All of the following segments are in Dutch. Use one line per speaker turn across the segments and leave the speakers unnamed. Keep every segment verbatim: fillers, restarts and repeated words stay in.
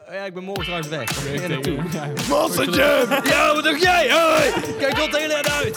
ja, ik ben morgen trouwens weg. Waar ben je
Ik
naartoe?
denk, ja.
Monster Jam! Ja, wat doe jij? Hoi! Kijk wat de hele tijd uit!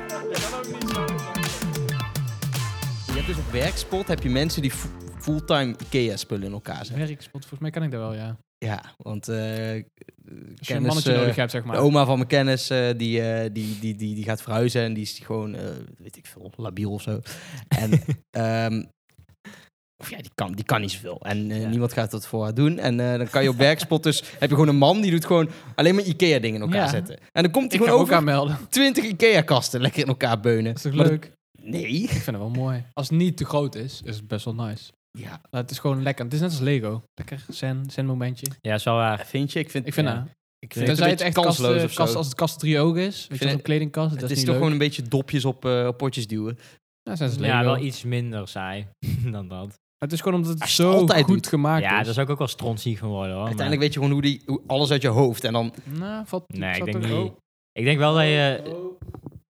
Je hebt dus op Werkspot heb je mensen die f- fulltime IKEA-spullen in elkaar zetten.
Werkspot, volgens mij kan ik dat wel, ja.
Ja, want uh,
Als je
kennis,
een mannetje
uh,
nodig hebt, zeg maar.
de oma van mijn kennis, uh, die, uh, die, die, die, die gaat verhuizen en die is gewoon, uh, weet ik veel, labiel of zo. En um, of ja, die kan, die kan niet zoveel. En uh, ja. niemand gaat dat voor haar doen. En uh, dan kan je op Werkspot dus, heb je gewoon een man die doet gewoon alleen maar IKEA-dingen in elkaar ja. zetten. En dan komt hij gewoon over
aanmelden.
twintig IKEA-kasten lekker in elkaar beunen.
Dat is toch
maar
leuk?
Dat, nee.
Ik vind het wel mooi. Als het niet te groot is, is het best wel nice. Ja. Maar het is gewoon lekker. Het is net als Lego. Lekker zen, zen momentje.
Ja, is wel waar.
Vind je? Ik vind,
ik vind
ja.
dat.
Ik vind
Tenzij
het,
het echt kansloos kast, kast, als het kast drie ogen is. Weet je, als een kledingkast.
Het
dat
is,
is
toch
leuk.
gewoon een beetje dopjes op, uh, op potjes duwen.
Ja, zijn ze
ja, wel iets minder saai dan dat.
Het is gewoon omdat het Als zo goed doet. gemaakt
ja,
is.
Ja, daar zou ik ook wel strontziek van worden, hoor.
Uiteindelijk
maar...
weet je gewoon hoe, die, hoe alles uit je hoofd en dan...
Nou, valt...
Nee, ik denk
er...
niet.
Oh.
Ik denk wel dat je...
Oh.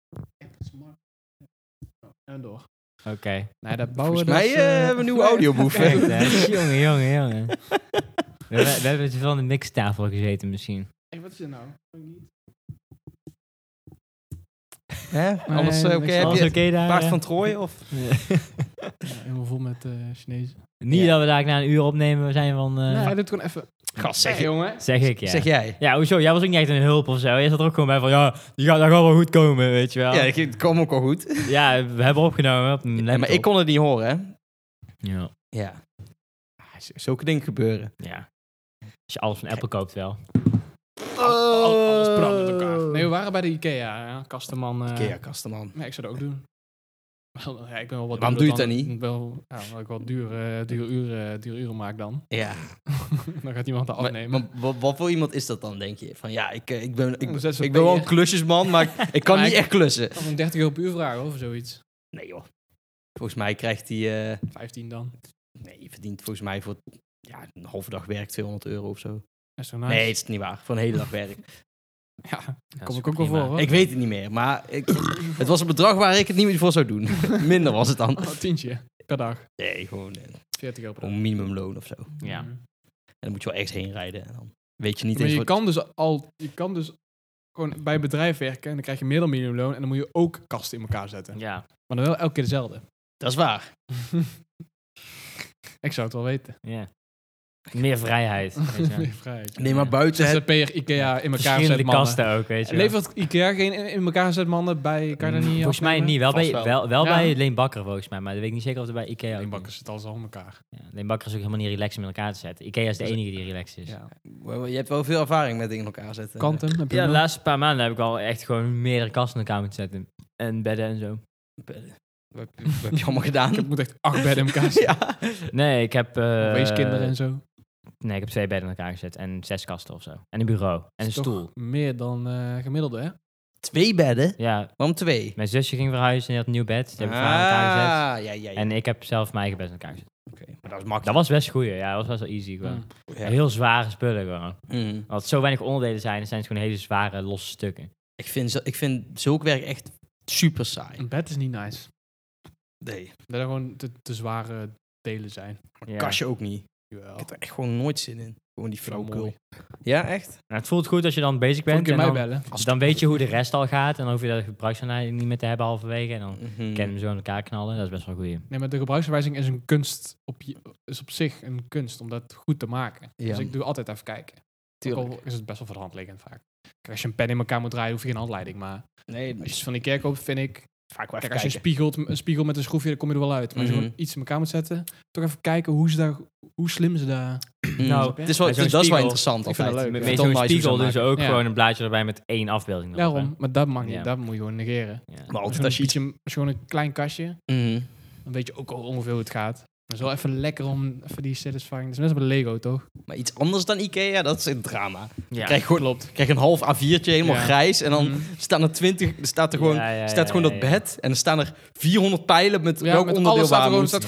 En door.
Oké. Okay.
Nee, dat bouwen...
Volgens mij uh, hebben we een nieuwe audioboef.
Jongen, jongen, jongen. we, we, we hebben te veel aan de mixtafel gezeten misschien.
Hey, wat is er nou?
Hè? Nee, alles uh, oké? Okay.
Alles oké okay daar?
Paard
ja.
van Troje? Of?
Ja, helemaal vol met uh, Chinezen.
Niet ja. dat we daar na een uur opnemen, we zijn van... Uh...
Nee, hij doet gewoon even...
Gast, zeg,
hey, jongen.
Zeg ik, ja.
Zeg jij.
Ja, hoezo? Jij was ook niet echt een hulp of zo. Je zat er ook gewoon bij van, ja, die gaat, dat gaat wel goed komen, weet je wel.
Ja, het kwam ook al goed.
Ja, we hebben opgenomen op een
ja, maar ik kon het niet horen, hè?
Ja.
Ja. Zulke dingen gebeuren.
Ja. Als je alles van Apple koopt wel.
Oh. Al, alles brandt met elkaar. Nee, we waren bij de Ikea, ja. Kasteman. Uh...
Ikea, Kasteman.
Nee, ik zou dat ook doen. Ja, ik ben wel wat
Waarom doe je het dan niet?
Wel, ja, omdat ik wel duur, uh, duur, uren, duur uren maak dan.
Ja.
Dan gaat iemand dat afnemen.
Maar, maar, wat, wat voor iemand is dat dan, denk je? Van ja, ik, ik ben, ik, ik,
ik
ben wel een klusjesman, maar ik, ik kan maar niet ik, echt klussen.
Of een dertig euro per uur vragen, of zoiets.
Nee joh. Volgens mij krijgt hij... Uh,
vijftien dan?
Nee, je verdient volgens mij voor ja, een halve dag werk tweehonderd euro of zo.
Is toch nice?
Nee, het is niet waar. Voor een hele dag werk.
Ja, daar kom ik ook wel voor, hoor.
Ik weet het niet meer, maar ik, het was een bedrag waar ik het niet meer voor zou doen. Minder was het dan.
Oh, tientje per dag.
Nee, gewoon uh,
veertig euro per dag.
Een minimumloon of zo.
Ja.
Mm.
En dan moet je wel ergens heen rijden. En dan weet je niet
maar
eens
je
wat...
kan dus al, je kan dus gewoon bij een bedrijf werken en dan krijg je meer dan minimumloon en dan moet je ook kasten in elkaar zetten.
Ja.
Maar dan wel elke keer dezelfde.
Dat is waar.
Ik zou het wel weten.
Ja. Meer vrijheid. Weet je.
Meer vrijheid.
Nee, maar buiten
het...
het...
per Ikea in elkaar zet
mannen.
kasten
ook, weet je wel.
Levert Ikea geen in elkaar zet mannen bij... Kan je dat niet
volgens mij niet. Wel bij, wel. Wel, wel ja. bij Leen Bakker, volgens mij. Maar dat weet ik niet zeker of het bij Ikea...
Leen Bakker zit alles al in elkaar.
Ja, Leen Bakker is ook helemaal niet relaxed met elkaar te zetten. Ikea is de enige die relaxed is.
Ja.
Je hebt wel veel ervaring met dingen in elkaar zetten.
Kanten? Heb je
ja, de laatste paar maanden heb ik al echt gewoon meerdere kasten in elkaar moeten zetten. En bedden en zo.
Bedden. Wat heb, wat heb je allemaal gedaan?
Ik moet echt acht bedden in elkaar zetten.
Ja. Nee, ik heb... Uh,
Weeskinderen en zo.
Nee, ik heb twee bedden in elkaar gezet. En zes kasten of zo. En een bureau. En een stoel.
Meer dan uh, gemiddelde, hè?
Twee bedden?
Ja.
Waarom twee?
Mijn zusje ging verhuizen en die had een nieuw bed. Die heb ik
ah,
voor haar in elkaar gezet.
Ja, ja, ja.
En ik heb zelf mijn eigen bed in elkaar gezet.
Oké, okay, maar dat was makkelijk.
Dat was best goed, ja. Dat was best wel easy gewoon. Mm. Ja. Heel zware spullen gewoon. Mm. Als het zo weinig onderdelen zijn, dan zijn het gewoon hele zware, losse stukken.
Ik vind, ik vind zulk werk echt super saai.
Een bed is niet nice.
Nee.
Dat er gewoon te, te zware delen zijn.
Maar ja. Kastje ook niet.
Jawel.
Ik heb er echt gewoon nooit zin in. Gewoon die flauwekul. Ja, echt?
Nou, het voelt goed als je dan bezig bent. En
mij
dan,
bellen.
dan weet je hoe de rest al gaat. En dan hoef je de gebruiksaanwijzing niet meer te hebben halverwege. En dan mm-hmm. kan je hem zo in elkaar knallen. Dat is best wel goed.
Nee, maar de gebruiksaanwijzing is een kunst. Op je, is op zich een kunst om dat goed te maken. Ja. Dus ik doe altijd even kijken. Tuurlijk. Ook al is het best wel voor de hand liggend vaak. Kijk, als je een pen in elkaar moet draaien, hoef je geen handleiding. Maar
nee,
als je het van die kerk koopt, vind ik...
Vaak wel
Kijk, als je een spiegel, een spiegel met een schroefje, dan kom je er wel uit. Maar als
mm-hmm.
je gewoon iets in elkaar moet zetten, toch even kijken hoe, ze daar, hoe slim ze daar...
Nou, het is wel, het, dat is wel interessant.
Ik vind dat leuk.
Met, met zo'n spiegel doen ze ook ja. gewoon een blaadje erbij met één afbeelding.
Daarom, ja, maar dat mag niet. Ja. Dat moet je gewoon negeren.
Ja. Maar altijd als je,
iets... als je gewoon een klein kastje,
mm-hmm.
dan weet je ook al ongeveer hoe het gaat. Het is wel even lekker om even die satisfying... Dat is net als bij Lego, toch?
Maar iets anders dan Ikea, dat is een drama.
Ja,
krijg gewoon, klopt. Krijg een half A viertje, helemaal ja. grijs. En dan mm. staan er twintig... Er staat er gewoon, ja, ja, ja, staat gewoon ja, ja, ja. dat bed. En er staan er vierhonderd pijlen met
ja,
welk
met
onderdeel
alles staat er
waar
gewoon,
moet.
staat gewoon zo...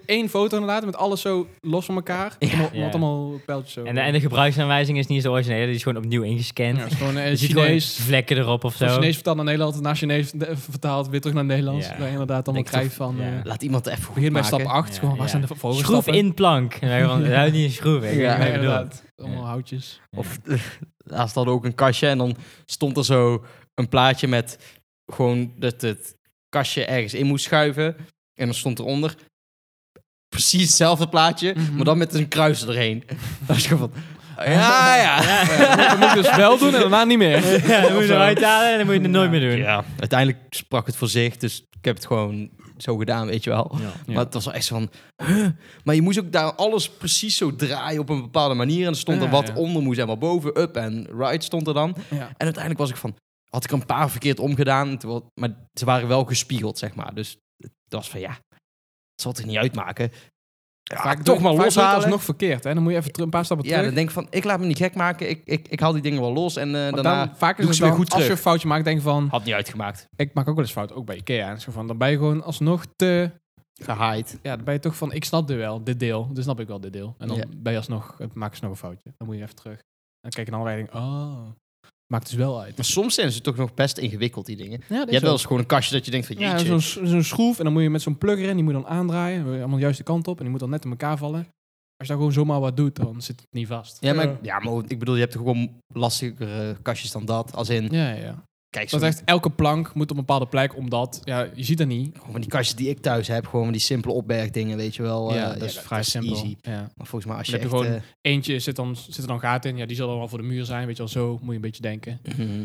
één foto inderdaad, met alles zo los van elkaar.
Ja.
Allemaal,
Ja.
allemaal pijltjes zo.
En de, en de gebruiksaanwijzing is niet zo origineel. Die is gewoon opnieuw ingescand.
Ja, het is gewoon uh,
Je ziet gewoon
Chinees.
vlekken erop of
Van
zo.
Chinees vertaald naar Nederland, naar Chinees de- vertaald weer terug naar Nederlands.
Ja.
Waar je inderdaad allemaal
Denk toch-
krijgt van...
ja.
Uh,
Laat iemand even goed
begin bij
maken.
stap acht,
Ja,
gewoon, waar
ja.
zijn de volgende
Schroef
stappen?
in plank. En wij gewoon, dat houdt niet in schroeven. Ik
Ja,
weet
Ja,
niet wat je bedoelt.
inderdaad. Allemaal
Ja.
houtjes.
Of laatst hadden we ook een kastje en dan stond er zo een plaatje met gewoon dat het kastje ergens in moest schuiven. En dan stond eronder precies hetzelfde plaatje,
Mhm.
maar dan met een kruis erheen. Dat is gewoon van, ja, ja.
Ja, dat moet je dus wel doen en daarna niet meer.
Ja, dan moet je eruit halen en dan moet je het nooit meer doen.
Ja, uiteindelijk sprak het voor zich, dus ik heb het gewoon zo gedaan, weet je wel.
Ja.
Ja.
Maar het was wel echt zo van, huh? Maar je moest ook daar alles precies zo draaien op een bepaalde manier. En er stond er
Ja,
wat
ja.
onder moest en wat boven, up en right stond er dan.
Ja.
En uiteindelijk was ik van, had ik er een paar verkeerd omgedaan, terwijl- maar ze waren wel gespiegeld, zeg maar. Dus het was van, ja, het zal het niet uitmaken. Ja,
Vaak
toch
doe-
maar
vaak doe je
loshalen.
het alsnog verkeerd. Hè? Dan moet je even ter- een paar stappen
Ja,
terug.
dan denk ik van, ik laat me niet gek maken. Ik, ik, ik haal die dingen wel los en uh,
Want
daarna
dan, vaak
doe
is
ik
het
ze weer
dan,
goed
als je
terug.
een foutje maakt, denk je van...
Had niet uitgemaakt.
Ik maak ook wel eens fout, ook bij Ikea. En zo van, dan ben je gewoon alsnog te...
Gehaaid.
Ja, dan ben je toch van, ik snap dit wel, dit deel. Dus snap ik wel, dit deel. En dan
Ja.
ben je alsnog, maak je alsnog een foutje. Dan moet je even terug. En dan kijk je dan weer en denk oh, maakt dus wel uit.
Maar soms zijn ze toch nog best ingewikkeld, die dingen.
Ja,
Je hebt wel eens gewoon een kastje dat je denkt van,
Ja,
jeetje.
zo'n zo'n schroef en dan moet je met zo'n plug erin, die moet je dan aandraaien. Dan wil je allemaal de juiste kant op en die moet dan net in elkaar vallen. Als je dan gewoon zomaar wat doet, dan zit het niet vast.
Ja, maar, ja, maar ik bedoel, je hebt toch gewoon lastigere kastjes dan dat. Als in,
Ja, ja.
kijk,
Dat
zo,
is echt, elke plank moet op een bepaalde plek, omdat, ja, je ziet dat niet.
gewoon van die kastjes die ik thuis heb, gewoon van die simpele opbergdingen, weet je wel. eh,
ja, dat is vrij simpel.
Easy.
Ja.
Maar volgens mij als je
Dan
echt...
heb je gewoon-
eh,
Eentje zit, dan, zit er dan gaten in, ja, die zal dan wel voor de muur zijn, weet je wel, zo moet je een beetje denken.
mhm,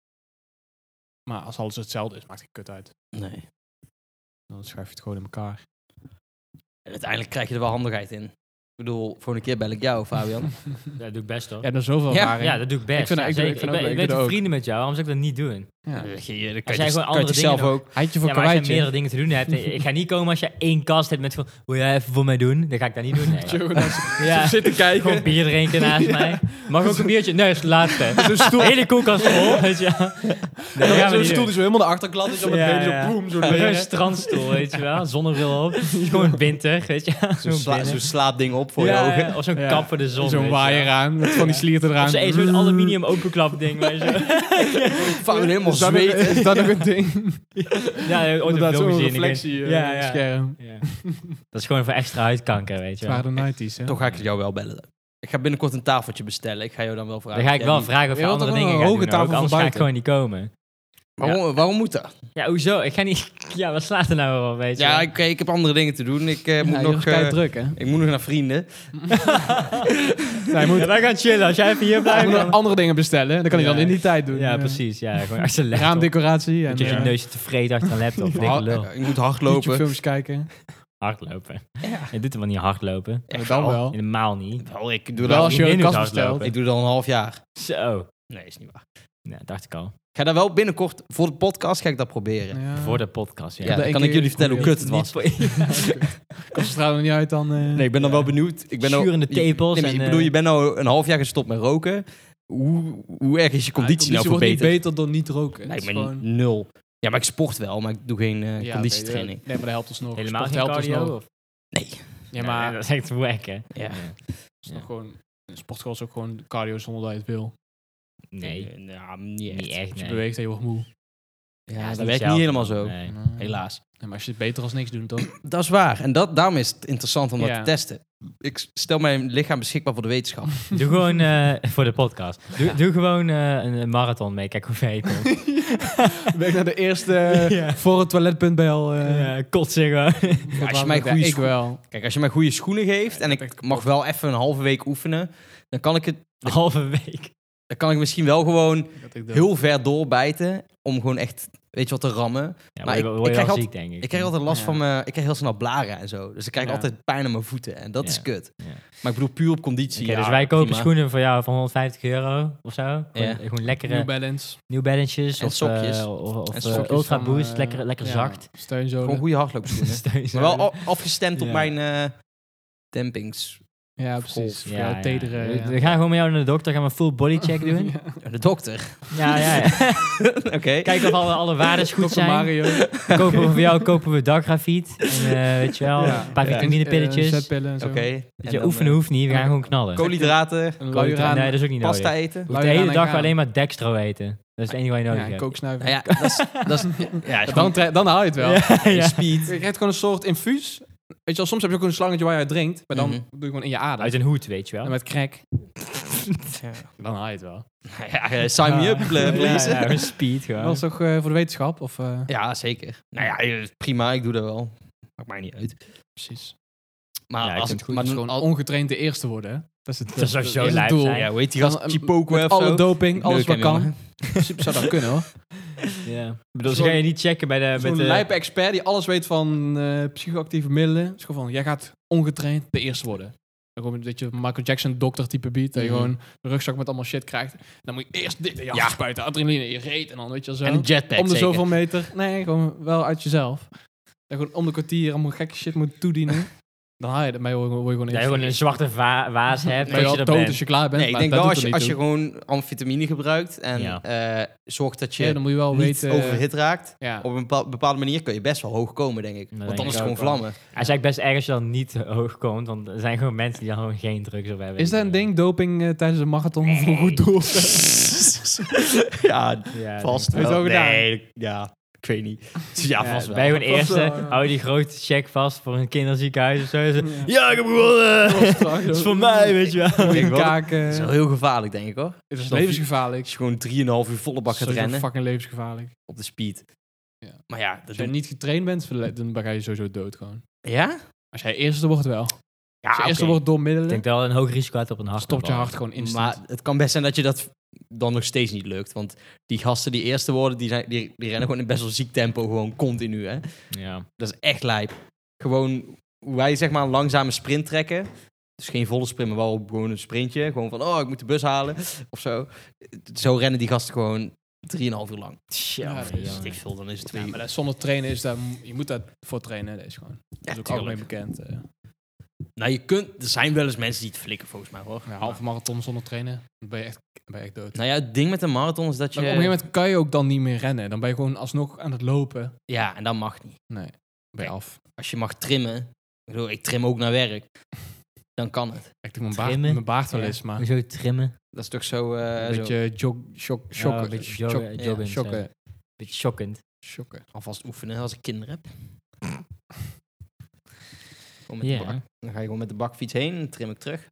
Maar als alles hetzelfde is, maakt het kut uit.
nee.
Dan schuif je het gewoon in elkaar.
En uiteindelijk krijg je er wel handigheid in. Ik bedoel, voor een keer bel ik jou, Fabian.
Dat doe ik best hoor.
Ja, er is zoveel
Ja,
ervaring.
Ja, dat doe ik best.
Ik vind dat-
Ja,
ik vind-
zeker.
ik vind
ik
ook
ben,
leuk.
ik
Ik
ben
doe ook.
vrienden met jou, waarom zou ik dat niet doen?
Ja.
Dan je, dan kan
Als
je,
jij
dus-
gewoon
kan je
andere
het zelf
dingen
ook.
Heidje voor
Ja, maar als je
karweitje.
meerdere dingen te doen hebt, ik ga niet komen als je één kast hebt met van, wil jij even voor mij doen? Dan ga ik dat niet doen. Nee.
Zo gewoon
Ja.
zitten kijken.
Gewoon bier drinken naast mij. Mag ook een biertje? Nee, dat is het laatste.
Zo'n stoel,
Hele koelkast vol, weet je wel. Nee, dat gaan we
zo'n
niet
stoel
doen.
die zo helemaal naar achter klad is. Zo met
Ja,
benen
ja.
zo boem, zo
Gewoon een
leren.
strandstoel, weet je wel. Zonnebril op. Het is gewoon winter, weet je wel.
Zo'n sla,
binnen.
zo slaapding op voor
Ja,
je ogen.
ja, of zo'n
Ja.
kap voor de zon.
Zo'n
weet je
waaier
wel.
aan, met van die slierten eraan.
Of zo- zo'n aluminium openklap ding. Waar je zo...
Fabian helemaal
Is dat nog-
zweten.
Is dat nog een ding?
Ja, ooit een
Inderdaad,
film
zo'n
gezien. ik weet-
reflectie eh,
Ja, ja.
scherm.
Ja. Dat is gewoon voor extra huidkanker, weet je
Het
wel.
waren de nineties, hè?
Toch ga ik jou wel bellen. Ik ga binnenkort een tafeltje bestellen. Ik ga jou dan wel vragen.
Dan ga ik
of
wel
jij die-
vragen of je
Je wilt
andere
toch
dingen
wel
gaat
een
doen.
hoge
ook,
tafel
anders
voor
ga ik
buiten?
gewoon niet komen.
Waarom, waarom moet dat?
Ja, hoezo? Ik ga niet... Ja, wat slaat er nou wel, weet je
Ja,
wel?
ik, ik heb andere dingen te doen. Ik, eh, moet,
Ja,
nog,
nog
eh,
druk, hè?
ik moet nog naar vrienden.
Hij moet,
Ja, wij gaan chillen. Als jij even hier
hij
blijft...
moet nog
dan-
andere dingen bestellen. Dan kan hij
Ja.
dan in die tijd doen.
Ja,
Eh,
precies. Ja, gewoon achter de laptop.
Raamdecoratie. En
Dat je je
eh,
neus te vreten achter een laptop. Dikke lul.
Ik moet hardlopen.
YouTube-films kijken.
Hardlopen.
Ja.
Je doet helemaal niet hardlopen.
Echt
dan
wel.
wel.
Helemaal niet.
Wel, ik doe
Wel
dat
als je
niet
een
in
kast
het
bestelt.
hardlopen.
Ik doe dat al een half jaar.
Zo.
Nee, is niet waar.
Ja, dacht ik al.
Ik ga daar wel binnenkort, voor de podcast ga ik dat proberen.
Ja.
Voor de podcast, ja.
Ja,
heb
dan
één
kan ik
keer
jullie vertellen hoe kut het
Niet
was.
voor-
Komt de straal er niet uit dan... eh,
Nee, ik ben dan wel benieuwd. Ik ben nou-
Schurende
je-
tepels
Nee, maar
en,
ik bedoel,
eh,
je bent nou een half jaar gestopt met roken. Hoe, hoe erg is je
Ja,
conditie nou
wordt niet
verbeterd?
beter dan niet roken.
Nee,
Het
ik
is
ben
gewoon-
nul. Ja, maar ik sport wel, maar ik doe geen eh,
Ja,
conditietraining.
oké, nee, maar dat helpt ons nog.
Helemaal
Sport
geen
helpt ons
cardio?
nog.
Of?
Nee.
Ja,
Ja,
maar
dat is echt wack, hè?
Ja.
het is nog gewoon... Sportschool is ook gewoon cardio zonder dat je het wil.
Nee,
Eh, ja, niet echt.
niet echt,
Als je
nee.
beweegt en je wordt moe.
Ja,
Ja, is
dat
niet
werkt
zelf,
niet helemaal
man.
zo.
Nee.
Helaas.
Ja, maar als je het beter als niks doet, toch?
Dat is waar. En dat, daarom is het interessant om dat
Ja.
te testen. Ik stel mijn lichaam beschikbaar voor de wetenschap.
Doe gewoon eh, voor de podcast. Doe, doe gewoon eh, een marathon mee. Kijk hoe ver je komt.
Ben ik naar de eerste
Ja.
voor het toiletpunt bij al... eh,
Ja, kotsen gewoon.
Als je mij
Ja,
goede
ik
scho-
wel.
Kijk, als je mij goede schoenen geeft en
dat
ik
echt
mag wel even een halve week oefenen, dan kan ik het,
Een halve week.
dan kan ik misschien wel gewoon
Dat ik dat-
heel ver doorbijten om gewoon echt, weet je wat, te rammen.
Ja,
Maar
maar
ik-
ik,
ik
word je
krijg
wel
al-
ziek, denk ik.
Ik krijg altijd last
Ja.
van mijn, ik krijg heel snel blaren en zo. Dus ik krijg
Ja.
altijd pijn aan mijn voeten en dat
Ja.
is kut.
Ja.
Maar ik bedoel puur op conditie.
Oké,
ja,
dus wij kopen
prima.
schoenen voor jou van honderdvijftig euro of zo. Gewoon,
Ja.
gewoon lekkere
New Balance.
New Balances
En
of,
sokjes.
eh, of, of
En
eh,
sokjes
Ultra
van,
Boost.
eh,
lekker lekker
ja,
zacht.
Steunzolen.
Gewoon goede hardloopschoenen.
Steun-
maar wel a- afgestemd op
Ja.
mijn eh dempings.
Ja, precies.
Ja,
ja,
ja.
tedere,
We,
ja.
we gaan gewoon met jou naar de dokter, gaan we een full body check doen.
Ja. De dokter.
Ja, ja, ja.
Oké. Okay.
Kijken of alle, alle waarden goed
dokter
zijn.
Mario.
Kopen we voor jou kopen we daggrafiet. En, uh, weet je wel,
Ja.
een paar
Ja.
vitaminepilletjes.
Uh, zetpillen en zo.
Oké.
Weet je, oefenen
uh,
hoeft niet, we gaan gewoon knallen.
koolhydraten,
Een
Koolhydraten,
luier
nee, dat is ook niet
pasta
nodig.
eten.
Je hoeft de
Luier
hele
aan
dag
en gaan.
alleen maar dextro eten. Dat is het enige wat je nodig
Ja,
hebt.
kooksnuiven.
Nou ja, dat is... Dat is ja,
dan, tre- dan haal je het wel.
Ja, ja.
speed.
Je krijgt gewoon een soort infuus. Weet je wel, soms heb je ook een slangetje waar je uit drinkt. Maar dan
Mhm.
doe je gewoon in je adem.
Uit een hoed, weet je wel.
En met crack.
Ja.
Dan haal je het wel.
Ja, sign me up, please.
Ja, ja, een speed gewoon.
Dat is toch uh, voor de wetenschap? Of, uh...
Ja, zeker. Nou ja, prima, ik doe dat wel. Maakt mij niet uit.
Precies.
Maar
Ja, ik
als
vind
ik...
het
Maar
Dus
dan
gewoon
al,
ongetraind de eerste worden, hè? Dat is het,
Dat is sowieso
dat is het
lijp
doel.
zijn.
ja, hoe heet die
Dan,
gast?
uh,
Chipoku
met
of
alle
zo?
doping, alles
Leuk
wat
en
kan.
jongen.
In principe zou dat kunnen, hoor.
Ja. Ik bedoel, ze
Zo'n-
gaan je niet checken bij de...
Zo'n
met de
lijpe expert die alles weet van uh, psychoactieve middelen. Het is gewoon van, jij gaat ongetraind de eerste worden. Dan gewoon dat je Michael Jackson dokter type beat. Dat je
Mhm.
gewoon een rugzak met allemaal shit krijgt. Dan moet je eerst dit in je
Ja.
ja. spuiten. Adrenaline in je reet. En dan weet je wel zo.
En een jetpack,
om de
zeker.
zoveel meter. Nee, gewoon wel uit jezelf. En gewoon om de kwartier allemaal gekke shit moet toedienen. Dan haal je het. Maar je word je gewoon
dat je
eerst.
gewoon een zwarte va- waas hebt.
ben je
als
al
je er
dood
bent.
als je klaar bent.
Nee, ik
maar
denk
dat
wel
doet
als
er
je,
niet
als je
toe.
gewoon amfetamine gebruikt en
Ja.
eh, zorgt dat je
Ja, dan moet je wel
niet
weten.
overhit raakt,
Ja.
op een bepaal- bepaalde manier kun je best wel hoog komen, denk ik.
Dat
Want
denk
dan is
ik
het
ook
gewoon
wel.
vlammen.
Hij is eigenlijk best erg als je dan niet hoog komt. Want er zijn gewoon mensen die dan gewoon geen drugs op hebben.
Is dat een ding, doping uh, tijdens een marathon
Nee.
voor een goed doel?
ja,
Ja,
vast
Heb je het
wel.
al gedaan?
Nee, ja, ik weet niet. Ja,
Ja,
vast
ben je
wel.
gewoon
Vast
eerste,
wel, ja.
hou je die grote check vast voor een kinderziekenhuis of zo. Zo,
Ja.
Ja, ik heb gewonnen! Dat is voor mij, weet je wel.
Ik denk wel,
Kaken.
Dat is wel heel gevaarlijk, denk ik, hoor.
Het is
Zo
levensgevaarlijk.
Als je gewoon drieënhalf uur volle bak gaat
Sowieso
rennen
fucking levensgevaarlijk.
op de speed.
Ja.
Maar ja, dat
Als je
doen...
niet getraind bent, verle- dan ga je sowieso dood gewoon.
Ja?
Als jij eerste wordt wel.
Ja,
Als je eerste
oké.
wordt door
Ik
middelen,
denk dat wel een hoog risico uit op een hart.
stopt je hart gewoon instant.
Maar het kan best zijn dat je dat dan nog steeds niet lukt. Want die gasten die eerste worden, die, zijn, die, die rennen gewoon in best wel ziek tempo, gewoon continu. Hè?
Ja.
Dat is echt lijp. Gewoon hoe wij zeg maar een langzame sprint trekken. Dus geen volle sprint, maar wel gewoon een sprintje. Gewoon van, oh, ik moet de bus halen. Of zo. Zo rennen die gasten gewoon drieënhalf uur lang.
Ja,
Ja,
dat
weet
is-
je ik veel, dan is het twee
Ja,
uur.
maar dat zonder trainen is dat, je moet daarvoor trainen. Dat is gewoon. Dat is ook
tuurlijk.
algemeen bekend. eh.
Nou, je kunt, er zijn wel eens mensen die het flikken, volgens mij, hoor.
Ja, halve marathon zonder trainen, dan ben je echt, ben je echt dood.
Nou ja, het ding met een marathon is dat je...
Maar op een gegeven moment kan je ook dan niet meer rennen. Dan ben je gewoon alsnog aan het lopen.
Ja, en dat mag niet.
Nee, ben je af.
Als je mag trimmen, ik bedoel, ik trim ook naar werk, dan kan het.
Ik doe mijn baard,
Trimmen?
mijn baard wel
Ja.
eens, maar
Hoezo trimmen?
Dat is toch zo... eh,
een
zo
beetje jog, shock,
Ja,
shocken.
een beetje
shock-
joggen-
ja,
joggen,
shocken.
Beetje shockend.
Shocken.
alvast oefenen als ik kinderen heb. Gewoon met
Ja.
de bak. Dan ga je gewoon met de bakfiets heen en trim ik terug.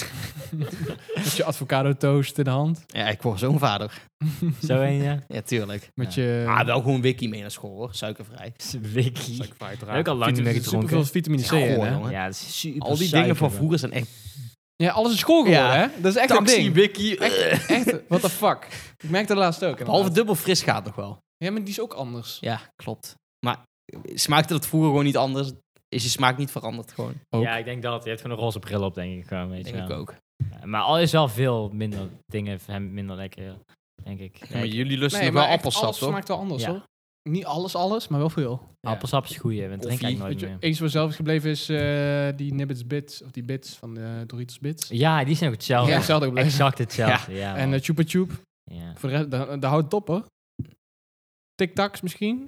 Met je avocado toast in de hand.
Ja, ik word zo'n vader.
Zo een, ja.
Ja, tuurlijk.
Met
Ja.
je...
Ah, wel gewoon wiki mee naar school hoor, suikervrij.
Wiki.
Suikervrij
Heb ik
uiteraard.
al lang niet meer gedronken.
Superveel vitamine C
Ja,
in,
goh,
hè?
jongen.
Ja, dat is super
Al die
suiker,
dingen van
man.
vroeger zijn echt
Ja, alles is school geworden,
Ja.
hè? Dat is echt een
taxi,
ding.
wiki.
Echt, echt, what the fuck. Ik merkte dat laatst ook.
Behalve
inderdaad.
dubbel fris gaat nog wel.
Ja, maar die is ook anders.
Ja, klopt. Maar smaakte dat vroeger gewoon niet anders? Is je smaak niet veranderd gewoon?
Ook.
Ja, ik denk dat. Je hebt gewoon een roze bril op, denk ik. Gewoon, weet je
Denk ik
wel.
ook.
Ja, maar al is wel veel minder dingen voor hem minder lekker, denk ik.
Ja, maar
Nee,
jullie lusten
Nee,
nog wel
maar echt,
appelsap,
alles
toch?
smaakt wel anders,
Ja.
hoor. Niet alles, alles, maar wel veel.
appelsap is goed, we drinken
Koffie,
eigenlijk nooit
Weet je,
meer.
eens wat zelf is gebleven is eh, die Nibbits Bits, of die Bits van de Doritos Bits.
Ja, die zijn ook hetzelfde.
Ja, hetzelfde gebleven.
Exact hetzelfde, ja.
En
man.
uh, Chupa Chup.
ja.
Voor de rest, daar, daar houdt het op, hoor. Tic-tacs misschien.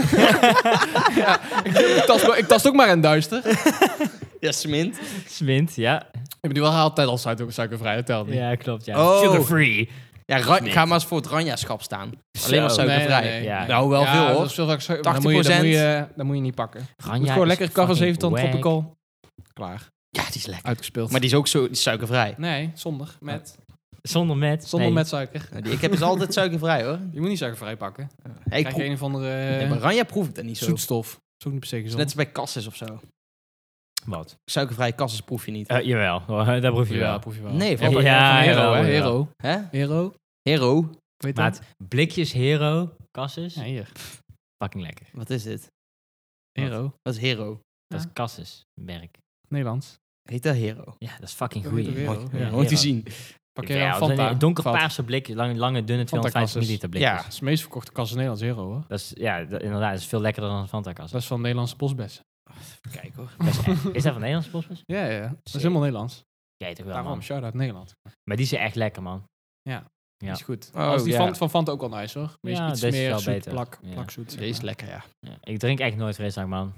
ja, ik, ik, tast, ik tast ook maar in duister.
Ja, smint.
Smint, ja.
Ik heb die wel altijd al suiker, suikervrij, dat telt niet.
Ja, klopt, ja.
Oh.
Sugar-free.
Ja, ra-
Smint.
ga maar eens voor het Ranja-schap staan. Alleen maar
Zo.
suikervrij.
Nee, nee, nee.
Ja.
Nou, wel
Ja,
veel
dat
hoor.
is veel vaak suiker. Dan
tachtig
moet, je, dan, moet
procent.
je, dan moet je niet pakken. Je
Ranja
moet gewoon
is
lekker Cava
fucking
zeventon
wack.
Tropical. Klaar.
Ja, die is lekker.
Uitgespeeld.
Maar die is ook zo die is suikervrij.
Nee, zonder. Met.
Zonder met.
Zonder
nee.
met suiker.
Nou, die ik heb is altijd suikervrij hoor.
Je moet niet suikervrij pakken.
Hey, ik
Krijg je
proef-
een of andere
nee, bij Ranja proef ik dat niet zo.
zoetstof. Dat is ook niet per se
Het is
gezond.
net als bij Cassis of zo.
Wat?
Suikervrije Cassis proef je niet.
Uh, jawel, dat proef je
Ja,
wel.
proef je wel.
Nee,
Van,
van
Ja,
van Hero,
ja,
hè?
ja.
Hero.
Hè?
Hero.
Hero?
Weet je
Maar het blikjes Hero, Cassis,
Ja, hier.
fucking lekker.
Wat is dit?
Hero.
Wat is Hero?
Dat
Ja.
is Cassis, merk.
Nederlands.
Heet dat Hero?
Ja, dat is fucking
Dat
goed.
heet ook Hero.
Mag
Ja,
ja, moet je zien.
Pak je
Ja,
een
dat is
Fanta.
een donkerpaarse blik, lange, lange dunne tweehonderdvijftig
Fanta-kasses.
milliliter blikjes.
Ja.
Dat is de meest verkochte kast in Nederlands, Hero, hoor.
Dat is, ja, dat, inderdaad, dat is veel lekkerder dan een Fanta kast.
Dat is van Nederlandse bosbessen.
Kijk hoor.
Is dat van Nederlandse bosbes?
Ja, ja, ja. Dat is helemaal Nederlands.
Jij toch wel,
Daarom,
man.
shout-out Nederland.
Maar die is echt lekker, man.
Ja,
ja.
is goed.
Oh,
Als die
ja.
Fanta, van Fanta ook wel nice, hoor. Beetje
Ja,
iets
deze is
meer
wel
zoet,
beter.
plak,
Ja.
plakzoet. zeg
Deze is
maar.
lekker, ja.
Ja. Ik drink echt nooit frisdrank, man.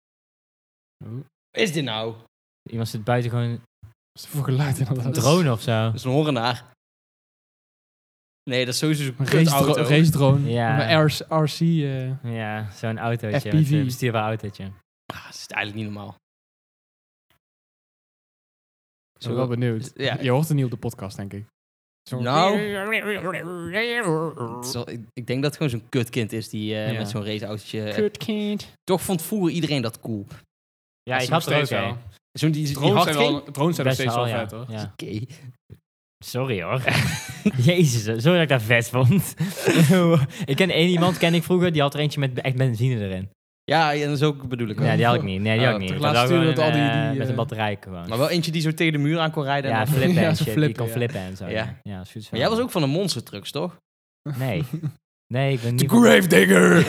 Is dit nou?
Iemand zit buiten gewoon
Wat is het voor geluid inderdaad?
een drone of zo.
Dat is een horenaar. Nee, dat is sowieso zo'n
Een race,
auto.
dro- race drone.
Ja.
Een R- R C. eh
Ja, zo'n autootje.
F P V.
Met een bestuurbaar autootje.
Ah, dat is eigenlijk niet normaal.
Ik ben wel benieuwd.
Ja.
Je hoort het niet op de podcast, denk ik. Zo-
Nou, het is wel- ik, ik denk dat het gewoon zo'n kutkind is die uh,
Ja.
met zo'n raceautootje... uh,
Kutkind.
Toch vond vroeger iedereen dat cool.
Ja,
Dat
ik
is
had
nog
er ook
steeds
een.
wel.
Zo'n die, die
Drones
hard
zijn,
ging.
wel, drones zijn nog
Best
steeds wel
wel, ja.
vet, hoor.
Ja.
Oké.
Sorry hoor. Jezus, sorry dat ik dat vet vond. Ik ken één iemand, ken ik vroeger, die had er eentje met echt benzine erin.
Ja, en dat is ook bedoel ik
Nee,
wel.
die had ik niet. Nee, die
Oh,
had ik niet.
toch
Dat
laatst
was gewoon
stuurde dat al die-
eh,
die,
met een
eh,
batterij gewoon.
Maar wel eentje die zo tegen de muur aan kon rijden. en
Ja,
dan-
flippen
Ja,
en
zo
shit.
flippen,
die kon
ja.
flippen en zo.
Ja.
Ja, ja dat is goed.
Maar jij was ook van de monster trucks, toch?
Nee. Nee, ik ben niet...
Gravedigger!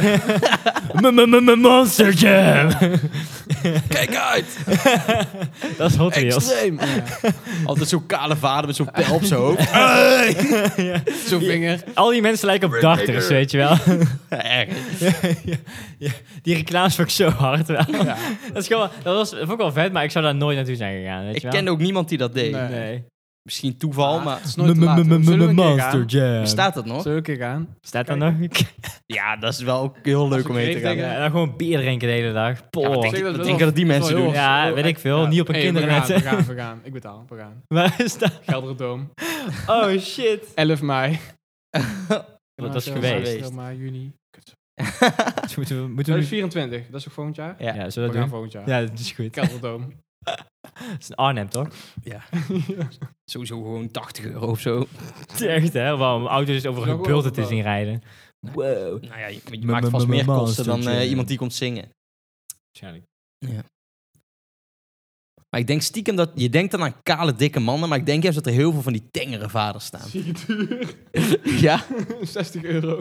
Monster Jam!
Kijk uit!
Dat is Hot Wheels.
Extreem! Ja. Altijd zo'n kale vader met zo'n pijl op zijn hoofd.
Ja.
Zo'n vinger.
Al die mensen lijken op darters, weet je wel.
Ja, erg.
ja, ja. Die reclames vond ik zo hard wel.
Ja.
Dat, is gewoon, dat was, dat vond ik wel vet, maar ik zou daar nooit naartoe zijn gegaan. Weet
Ik
je wel?
kende ook niemand die dat deed.
Nee.
Nee.
Misschien toeval, maar...
Het is nooit te laat, hoor. Zullen we een keer gaan?
Jam.
Bestaat dat nog?
Zullen we een keer gaan?
Staat dat nog?
Ja, dat is wel ook heel leuk
ik
om heen te
kreeg
gaan.
dingen-
Ja, en dan gewoon bier drinken de hele dag.
Ja,
Poh.
wat
Ja,
denk,
Zeg, dat
wat
is
denk je
wel-
dat die
dat is
mensen
wel
doen?
heel-
Ja,
heel
weet
echt-
ik veel. Niet op een
Hey,
kindernet.
We gaan, we gaan, we gaan. Ik betaal, we gaan.
Waar is dat?
Gelderdoom.
Oh shit.
elf mei.
Wat was
Ja,
geweest?
elf mei, juni. Kut.
Dus moeten we, moeten we
twintig
nu...
vierentwintig, dat is ook volgend jaar?
Ja.
Ja, zullen
We
we dat
gaan
doen?
volgend jaar.
Ja, dat is goed.
Gelderdoom.
Dat is een Arnhem, toch?
Ja. Sowieso gewoon tachtig euro of zo.
Echt, hè? Wel, om auto's over
Zo
hun bulten te
gewoon
zien rijden. Wow.
Nou ja, je, je maakt vast meer kosten dan uh, iemand die komt zingen.
Waarschijnlijk.
Ja. Maar ik denk stiekem dat... Je denkt dan aan kale, dikke mannen, maar ik denk juist dat er heel veel van die tengere vaders staan.
Zie je duur?
Ja?
zestig euro.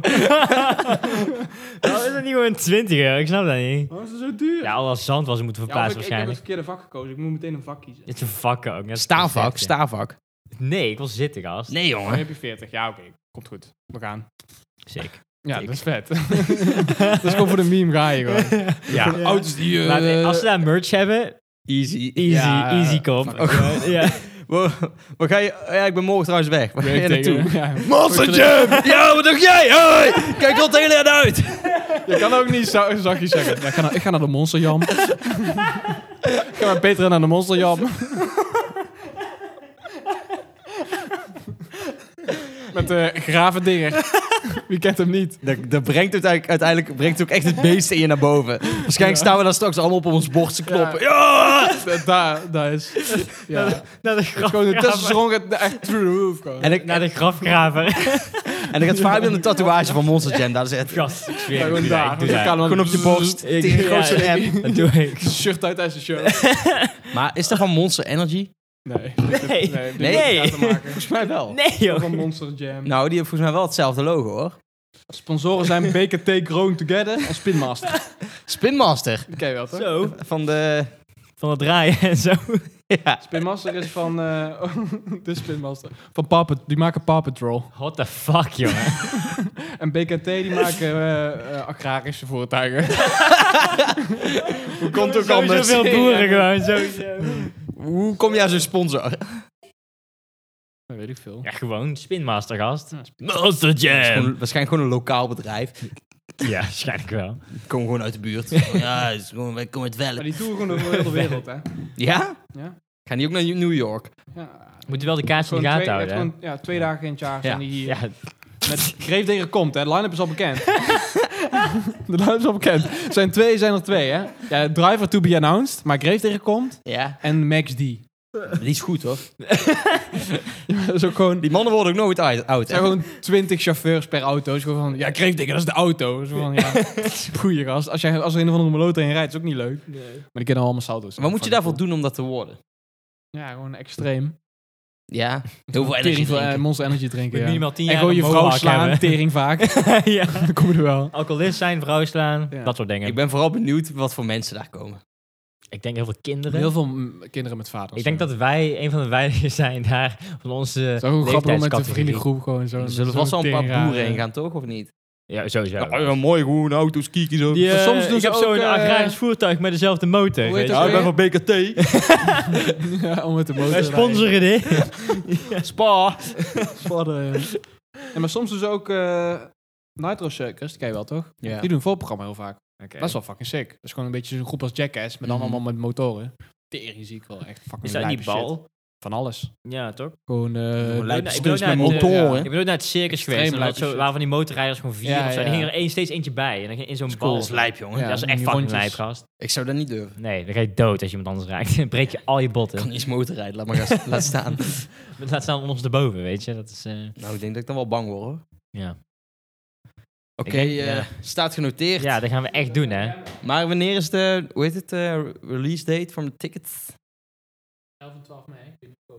Nou, is dat niet gewoon twintig euro? Ik snap dat niet.
Waarom is het zo duur?
Ja, al als zand was, moeten
Ja, of
verplaatsen
ik, ik heb het
waarschijnlijk.
verkeerde vak gekozen. Ik moet meteen een vak kiezen.
Het is een vak ook. net als
Stavak,
concept, ja.
stavak.
Nee, ik wil zitten, gast.
Nee,
Dan
jongen.
heb je veertig. Ja, oké. Komt goed. We gaan.
Sick.
Ja,
Sick.
dat is vet. Dat is gewoon voor de meme ga je gewoon.
Ja.
Voor de auto's die... eh,
Maar als ze daar merch hebben,
Easy.
easy,
Ja,
easy kom.
fuck.
Oké, ja.
Waar, waar ga je... Ja, ik ben morgen trouwens weg. Waar ga je
weet
naartoe?
tegen- ja.
Monster Jam! Ja, wat doe jij? Hoi! Kijk er al het hele jaar uit!
Je kan ook niet za- zachtjes zeggen. Ja, ik, ga naar, ik ga naar de Monster Jam. Ik ga met Peter naar de Monster Jam. Met de Gravendinger. Wie kent hem niet?
Dat, dat brengt uiteindelijk, uiteindelijk brengt ook echt het beest in je naar boven. Waarschijnlijk staan we dan straks allemaal op ons bord te kloppen. Ja!
Da- Daar, daar is... Ja. Het
Naar de
is gewoon de
grafgraver.
testosteron gaat echt through the roof gewoon.
En, ik,
Naar de grafgraver.
en dan gaat Fabian een tatoeage van Monster Jam. Dat is het.
Gast, ik zweer
Ja,
het,
gewoon
ik doe dat,
daar.
ik doe dat.
Gewoon op je borst.
Ik-
Tegen een
ja,
grootste
ja,
M.
Dat doe ik.
Shirt uit tijdens de show.
Maar is dat van Monster Energy?
Nee.
Nee.
Nee. dit
Nee.
heeft niks te maken.
Volgens mij wel.
Nee, joh.
Van Monster Jam.
Nou, die heeft volgens mij wel hetzelfde logo, hoor.
Sponsoren zijn B K T Growing Together en Spinmaster.
Spinmaster.
Die ken je wel, toch?
Zo.
Van de...
Van het draaien en zo.
Ja.
Spinmaster is van... eh de Spinmaster. Van Paw Pat- die maken Paw Patrol.
What the fuck, jongen.
En B K T die maken eh, eh, agrarische voertuigen.
Hoe komt het ook
Sowieso
anders?
veel boeren gewoon, sowieso.
Hoe kom je aan zo'n sponsor?
Dat weet ik veel.
Ja, gewoon Spinmaster, gast.
Ja,
Monster
Het is
Jam.
gewoon, waarschijnlijk gewoon een lokaal bedrijf.
Ja, waarschijnlijk wel.
Die komen gewoon uit de buurt. Ja, het is gewoon, wij komen uit
Maar
Velp.
die toeren gewoon over heel de wereld, hè.
Ja?
Ja.
Gaan die ook naar New York?
Ja.
Moet je wel de kaart in de
Gewoon
gaten
twee,
houden, hè?
gewoon, ja, twee dagen in het jaar zijn
Ja.
die hier.
Ja,
Met Greefdegen komt, hè. De line-up is al bekend. De line-up is al bekend. Er zijn twee, zijn er twee, hè. Ja, Driver to be announced, maar Greefdegen komt
Ja.
en Max D.
Die is goed, hoor.
Dat is ook gewoon...
Die mannen worden ook nooit oud. oud
Er zijn
hè?
gewoon twintig chauffeurs per auto. Is gewoon van, ja, Greefdingen, dat is de auto. Zo van, ja, goeie gast. Als, jij, als er een of andere meloot in rijdt, is ook niet leuk. Maar die kennen allemaal salto's.
Wat moet je daarvoor doen om dat te worden?
Ja, gewoon extreem.
Ja, heel veel energie
Tering veel, eh,
drinken.
Monster Energy drinken,
moet
ja.
minimaal tien
En
jaar
gewoon je
een
vrouw
mohawk
slaan,
hebben.
tering vaak.
ja.
Dan kom je er wel.
Alcoholist zijn, vrouw slaan,
Ja.
dat soort dingen.
Ik ben vooral benieuwd wat voor mensen daar komen.
Ik denk heel veel kinderen.
Heel veel m- kinderen met vaders.
Ik denk dat wij een van de weinigen zijn daar van onze
Het is ook grappig om met de
leeftijdscategorie.
vriendengroep gewoon zo.
Er zullen vast wel een paar boeren heen gaan, toch? Of niet?
Ja, sowieso.
Ja, mooi, gewoon auto's, kiekjes ook.
Die, uh,
soms doen
ik
ze
heb
ook,
zo'n
uh,
agrarisch voertuig met dezelfde motor.
Hoe heet
weet
dat
je.
weer?
van B K T.
Ja, om met de motor
Wij
te
sponsoren dit.
Spa.
rijden. Ja, maar soms doen ze ook uh, Nitro Circus, die ken je wel toch?
Ja.
Die doen een voorprogramma heel vaak.
Okay.
Dat is wel fucking sick. Dat is gewoon een beetje zo'n groep als Jackass, maar dan
Mhm.
allemaal met motoren. Tering zie ik wel echt fucking
Is dat
lijpe
niet bal?
shit. Van alles.
Ja, toch?
Gewoon uh,
Gewoon lijpe
ik ben ook
stunts
naar
met
het, uh,
motoren.
Ik ben ook naar het circus
Extreem
geweest. En dat
lijpe
zo,
shit.
waarvan die motorrijders gewoon vier
Ja,
of zo. En
ja.
er ging er één, steeds eentje bij. En dan ging in zo'n bal.
Dat is lijp, jongen.
Ja.
Dat is echt
die
fucking
rondjes.
lijp, gast.
Ik zou dat niet durven.
Nee, dan ga je dood als je iemand anders raakt. Dan breek je al je
Ik kan
botten.
niet eens motorrijden, laat maar gaan laat staan.
Laat staan ondersteboven, weet je. Dat is... Uh,
Nou, ik denk dat ik dan wel bang word, hoor.
ja.
Oké,
Ik denk,
uh,
ja.
staat genoteerd.
ja, dat gaan we echt doen, hè.
Maar wanneer is de, hoe heet het, uh, release date van de tickets?
elf en twaalf mei.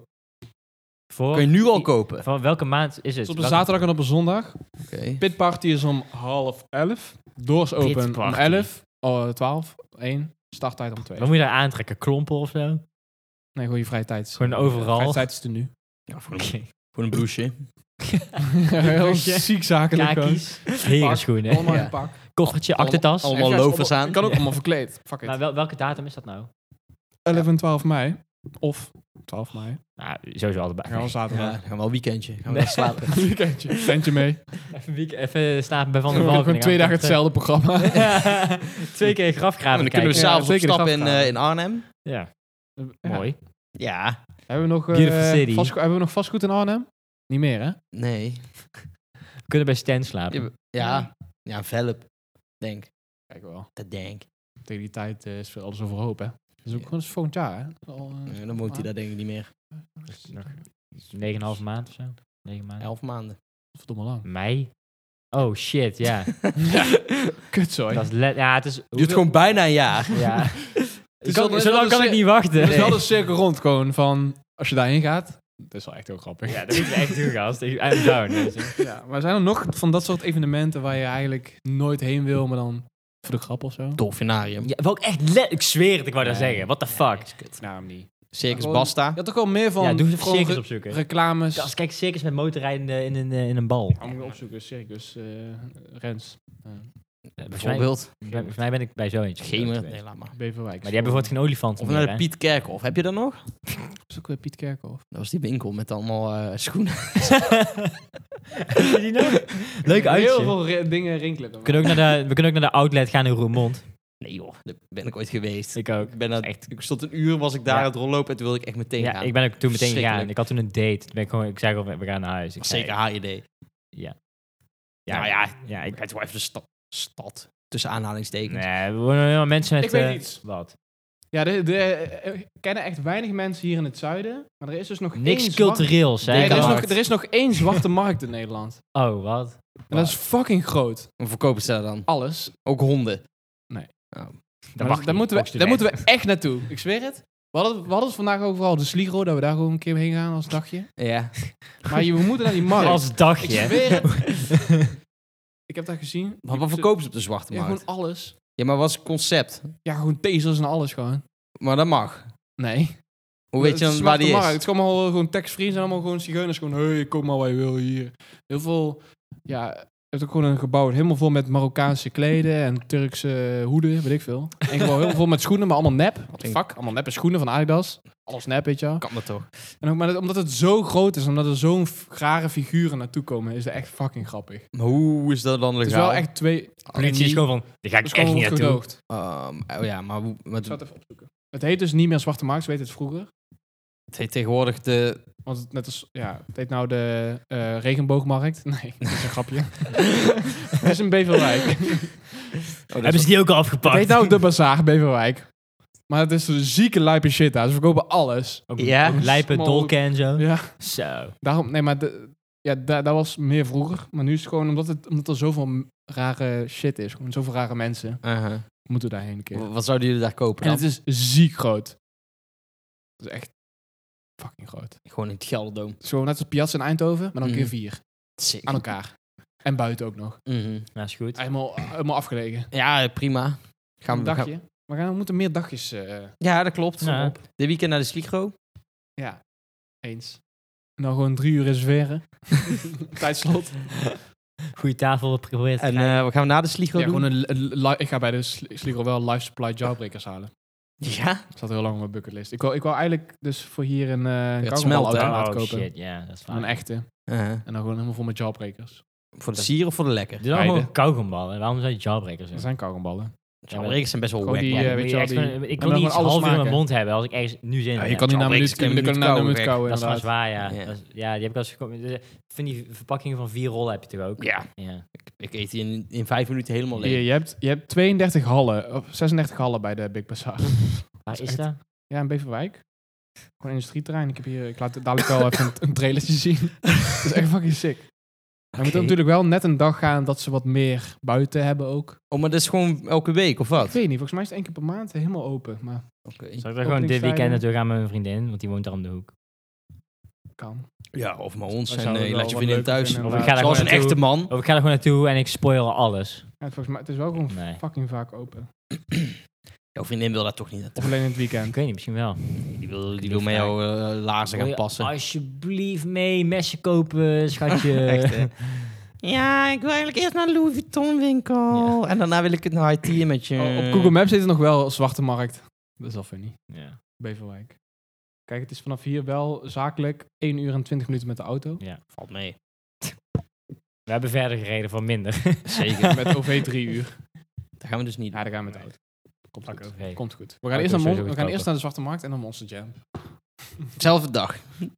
Voor,
Kun je nu al kopen?
Voor welke maand is het?
Het is op een
Welke-
zaterdag en op een zondag.
Oké.
Pitparty is om half elf. Doors open om
Pitparty.
elf. Oh, twaalf. één. Starttijd om twee.
Wat moet je daar aantrekken? Klompen of zo?
Nee, gewoon je vrije tijd.
Gewoon overal?
Vrije tijd is er nu.
Ja, voor, een, voor een blouseje.
Heel ziek zakelijk gewoon.
Kakies. Herenschoenen.
Allemaal
Ja.
in pak.
Koffertje, aktentas.
allemaal
En gast,
lovers
allemaal-
aan.
Ik kan ook
Ja.
allemaal verkleed. Fuck it.
Maar wel, welke datum is dat nou?
elf en twaalf mei. Of twaalf mei.
Nou, sowieso allebei.
Ja, wel
Ja,
zaterdag.
dan gaan we wel weekendje. Gaan we
Nee.
wel slapen.
Weekendje. Ventje mee.
Even, week, even slapen bij Van der
Gewoon
Valk.
gewoon twee dagen hetzelfde programma.
Twee keer
Ja,
grafgraven
dan kunnen we
kijken.
Ja,
s'avonds
zeker de
opstappen in,
grafgraven.
uh, in Arnhem.
Ja,
Ja.
mooi.
Ja.
Hebben we nog,
Beautiful
eh,
city.
vastgo- hebben we nog vastgoed in Arnhem? Niet meer, hè?
Nee.
We kunnen bij Stan slapen.
Ja. Ja, een Velp. Denk.
Kijk wel.
Dat denk.
Tegen die tijd eh, is veel alles overhoop, hè? Dat is ook gewoon eens volgend jaar, hè? Al, eh,
Ja, dan woont hij daar denk ik niet meer.
Dus nog negen en een half maand of zo. Negen maanden.
Elf maanden.
Verdomme lang.
Mei? Oh shit, ja.
Kutzooi.
Dat is le- ja, het is...
Duurt
hoeveel-
gewoon bijna een jaar.
Ja.
is
Kan-
wel- het is
zo
wel
lang kan
een
ik
cir-
niet wachten.
Het is wel
Nee.
de cirkel rond gewoon van... Als je daarheen gaat... Dat is wel echt heel grappig.
Ja, dat moet je echt doen, gast. Ik- I'm down. weet je.
Ja, maar zijn er nog van dat soort evenementen waar je eigenlijk nooit heen wil, maar dan voor de grap of zo?
Dolfinarium.
Ja, wel echt le- Ik zweer het, ik wou dat
Nee.
zeggen. What the fuck?
Nou, niet.
Circus
Gewoon-
Basta.
Je had toch wel meer van
Ja, doe even
gewoon
circus
re-
opzoeken.
reclames.
Gast, kijk, circus met motorrijden in, in, in een bal.
Ja, moet ik opzoeken, circus, eh Rens, uh,
Volgens mij,
Bijvoorbeeld.
volgens mij ben ik bij zo eentje.
Gemer.
geweest.
Nee, laat maar.
Beverwijk.
Maar die hebben bijvoorbeeld geen olifanten
Of
meer,
naar de
hè?
Piet Kerkhof. Heb je dat nog?
Zoeken we Piet Kerkhoff.
Dat was die winkel met allemaal uh, schoenen.
Heb je die nog? Leuk
Heel
uitje.
veel ri- dingen rinkelen.
We kunnen, ook naar de, we kunnen ook naar de outlet gaan in Roermond.
Nee joh, daar ben ik ooit geweest.
Ik ook.
Ik, ben daar,
Echt.
ik stond een uur, was ik daar
Ja.
aan het rondlopen en toen wilde ik echt meteen
Ja,
gaan.
ik ben ook toen meteen gegaan.
Verschrikkelijk.
Ik had toen een date. Toen ben ik gewoon, ik zei gewoon, we gaan naar huis. Ik zei,
Zeker H I D.
Ja.
Nou ja,
ja
Ik
ik,
weet wel even de sta- stad. Tussen aanhalingstekens.
nee, we wonen helemaal mensen met...
Ik weet
eh,
iets.
Wat?
Ja, de, de, eh, ik kennen echt weinig mensen hier in het zuiden. Maar er is dus nog
Niks
één zwart-
cultureels, hè?
Nee, er, is nog,
Markt.
er is nog één zwarte markt in Nederland.
Oh, wat?
En dat is fucking groot.
Hoe verkopen ze dat dan?
Alles.
Ook honden?
Nee.
Oh.
Dat
Maar
mag
daar
niet,
moeten, we,
volgens de
daar
wet.
moeten we echt naartoe. Ik zweer het. We hadden, we hadden het vandaag overal de Sligro, dat we daar gewoon een keer heen gaan als dagje.
Ja.
Maar je, we moeten naar die markt.
Als dagje.
Ik zweer het. Ik heb dat gezien.
Maar wat verkopen ze op de zwarte
Ja,
markt?
gewoon alles.
Ja, maar wat is het concept?
Ja, gewoon tasers en alles gewoon.
Maar dat mag.
Nee.
Hoe weet
Het
je
is
dan
een
waar die
zwarte markt.
is?
Het is allemaal gewoon tax-free. zijn allemaal gewoon zigeuners. Gewoon, hey, koop maar wat je wil hier. Heel veel, ja, het is ook gewoon een gebouw helemaal vol met Marokkaanse kleden en Turkse hoeden, weet ik veel. En gewoon heel veel met schoenen, maar allemaal nep. What the fuck? Allemaal neppe schoenen van Adidas. Alles nep, weet je wel.
Kan dat toch?
En ook, maar dat- omdat het zo groot is, omdat er zo'n f- rare figuren naartoe komen, is het echt fucking grappig.
Maar hoe is dat dan legaal?
Het is wel echt twee...
Politie is gewoon van, die ga
Het
ik
is
echt
gewoon
niet naartoe.
gedoogd.
Ehm, oh ja, maar hoe... maar
Ik zal het even opzoeken. Het heet dus niet meer Zwarte Markt, zo heet het vroeger.
het heet tegenwoordig de...
Want het, net als, ja, het heet nou de eh, regenboogmarkt. Nee, dat is een grapje. Het is in Beverwijk.
Oh,
Hebben ze die ook al
Het
afgepakt?
heet nou de Bazaar Beverwijk. Maar het is een zieke lijpe shit daar. Ze verkopen alles.
Ook
Ja.
ook lijpen,
Small-
dolken en zo.
Ja,
Zo.
daarom, nee, maar de, ja, da, dat was meer vroeger. Maar nu is het gewoon omdat, het, omdat er zoveel rare shit is. Gewoon zoveel rare mensen.
Uh-huh.
Moeten we daarheen een keer.
W- Wat zouden jullie daar kopen
En
dan?
het is ziek groot. Het is echt fucking groot.
Gewoon in het Gelderdoom.
Het is gewoon net als Piazza in Eindhoven, maar dan keer
Mhm.
vier.
Sick.
Aan elkaar. En buiten ook nog.
Mhm.
Nou, is goed.
Helemaal, helemaal afgelegen.
Ja, prima. Gaan
Een
we, gaan,
dagje. We, gaan, we moeten meer dagjes... Uh,
Ja, dat klopt.
Ja.
Dit weekend naar de Sligro.
ja, eens. En dan gewoon drie uur reserveren. Tijdslot.
Goeie tafel geprobeerd.
En uh, we gaan na de Sligro
Ja,
doen.
gewoon een, een, een, ik ga bij de Sligro wel life supply jawbreakers halen.
Ja?
Dat zat heel lang op mijn bucketlist. Ik wou, ik wou eigenlijk dus voor hier een uh,
het smelt, hè?
laten
oh
kopen.
shit, ja, dat is
Een
waar.
echte.
Uh-huh.
En dan gewoon helemaal vol met jawbreakers.
Voor de sier of voor de lekker?
Doe dan
Beide.
gewoon kauwgomballen. Waarom zou je jawbreakers
Er
doen?
zijn kauwgomballen.
Jawbreakers zijn best wel
Gewoon
wack.
die,
man.
uh,
Ja,
weet
moet
je wel,
echt
die-
gewoon- ik
en
kon
dan
niet iets
gewoon alles
half uur in mijn
maken.
mond hebben als ik ergens nu zin
Ja,
heb.
je kan niet na een minuut,
Jawbreakers
je kan niet na een
kauwen,
minuut
weg.
kauwen.
Dat is wel
inderdaad.
zwaar, ja.
Ja.
Dat is- ja, die heb ik als gekomen. Van die verpakkingen van vier rollen heb je toch ook?
Ja.
Ja.
Ik eet die in, in vijf minuten helemaal
Hier,
leeg.
je, hebt, je hebt tweeëndertig hallen, of zesendertig hallen bij de Big Bazaar.
Waar
is
is
echt-
dat?
Ja, in Beverwijk. Gewoon industrieterrein. Ik heb hier, ik laat dadelijk wel even een, een trailertje zien. Dat is echt fucking sick. We moeten
Oké.
natuurlijk wel net een dag gaan dat ze wat meer buiten hebben ook.
Oh, maar dat is gewoon elke week, of
Ik
wat?
weet niet, volgens mij is het één keer per maand helemaal open. Maar
Oké.
Zal ik er gewoon dit weekend
Openingstijden.
naartoe gaan met mijn vriendin? Want die woont daar om de hoek.
kan.
Ja, of maar ons.
Wij
En
zouden
uh,
het
laat je
wel
vriendin
wat leuker
thuis.
vinden,
Of ik ga daar
Zoals een
gewoon
echte
naartoe.
man.
Of ik ga er gewoon naartoe en ik spoil alles.
Ja, het, volgens mij, het is wel gewoon
Nee.
fucking vaak open.
Jouw vriendin wil daar toch niet naartoe.
Of alleen in het
Ik
weekend.
weet niet, misschien wel.
Die wil, die
Die
wil met
vraag.
jou uh, laarzen
Wil
gaan
je
passen.
Alsjeblieft mee, messen kopen, schatje.
Echt, hè? Ja, ik wil eigenlijk eerst naar de Louis Vuitton winkel. En daarna wil ik het naar I T met je.
Oh, op Google Maps zit het nog wel zwarte markt. Dat is wel funny.
Ja.
Beverwijk. Kijk, het is vanaf hier wel zakelijk één uur en twintig minuten met de auto.
Ja.
Valt mee.
We hebben verder gereden voor minder.
Zeker.
Met O V drie uur.
Dat gaan we dus niet
Ja, daar gaan we met de auto. Komt
Pak
goed.
O V.
Komt goed. We
Auto
gaan, eerst naar,
is
Mon-
sowieso
we gaan
goedkoper.
eerst naar de Zwarte Markt en dan Monster Jam.
Zelfde dag.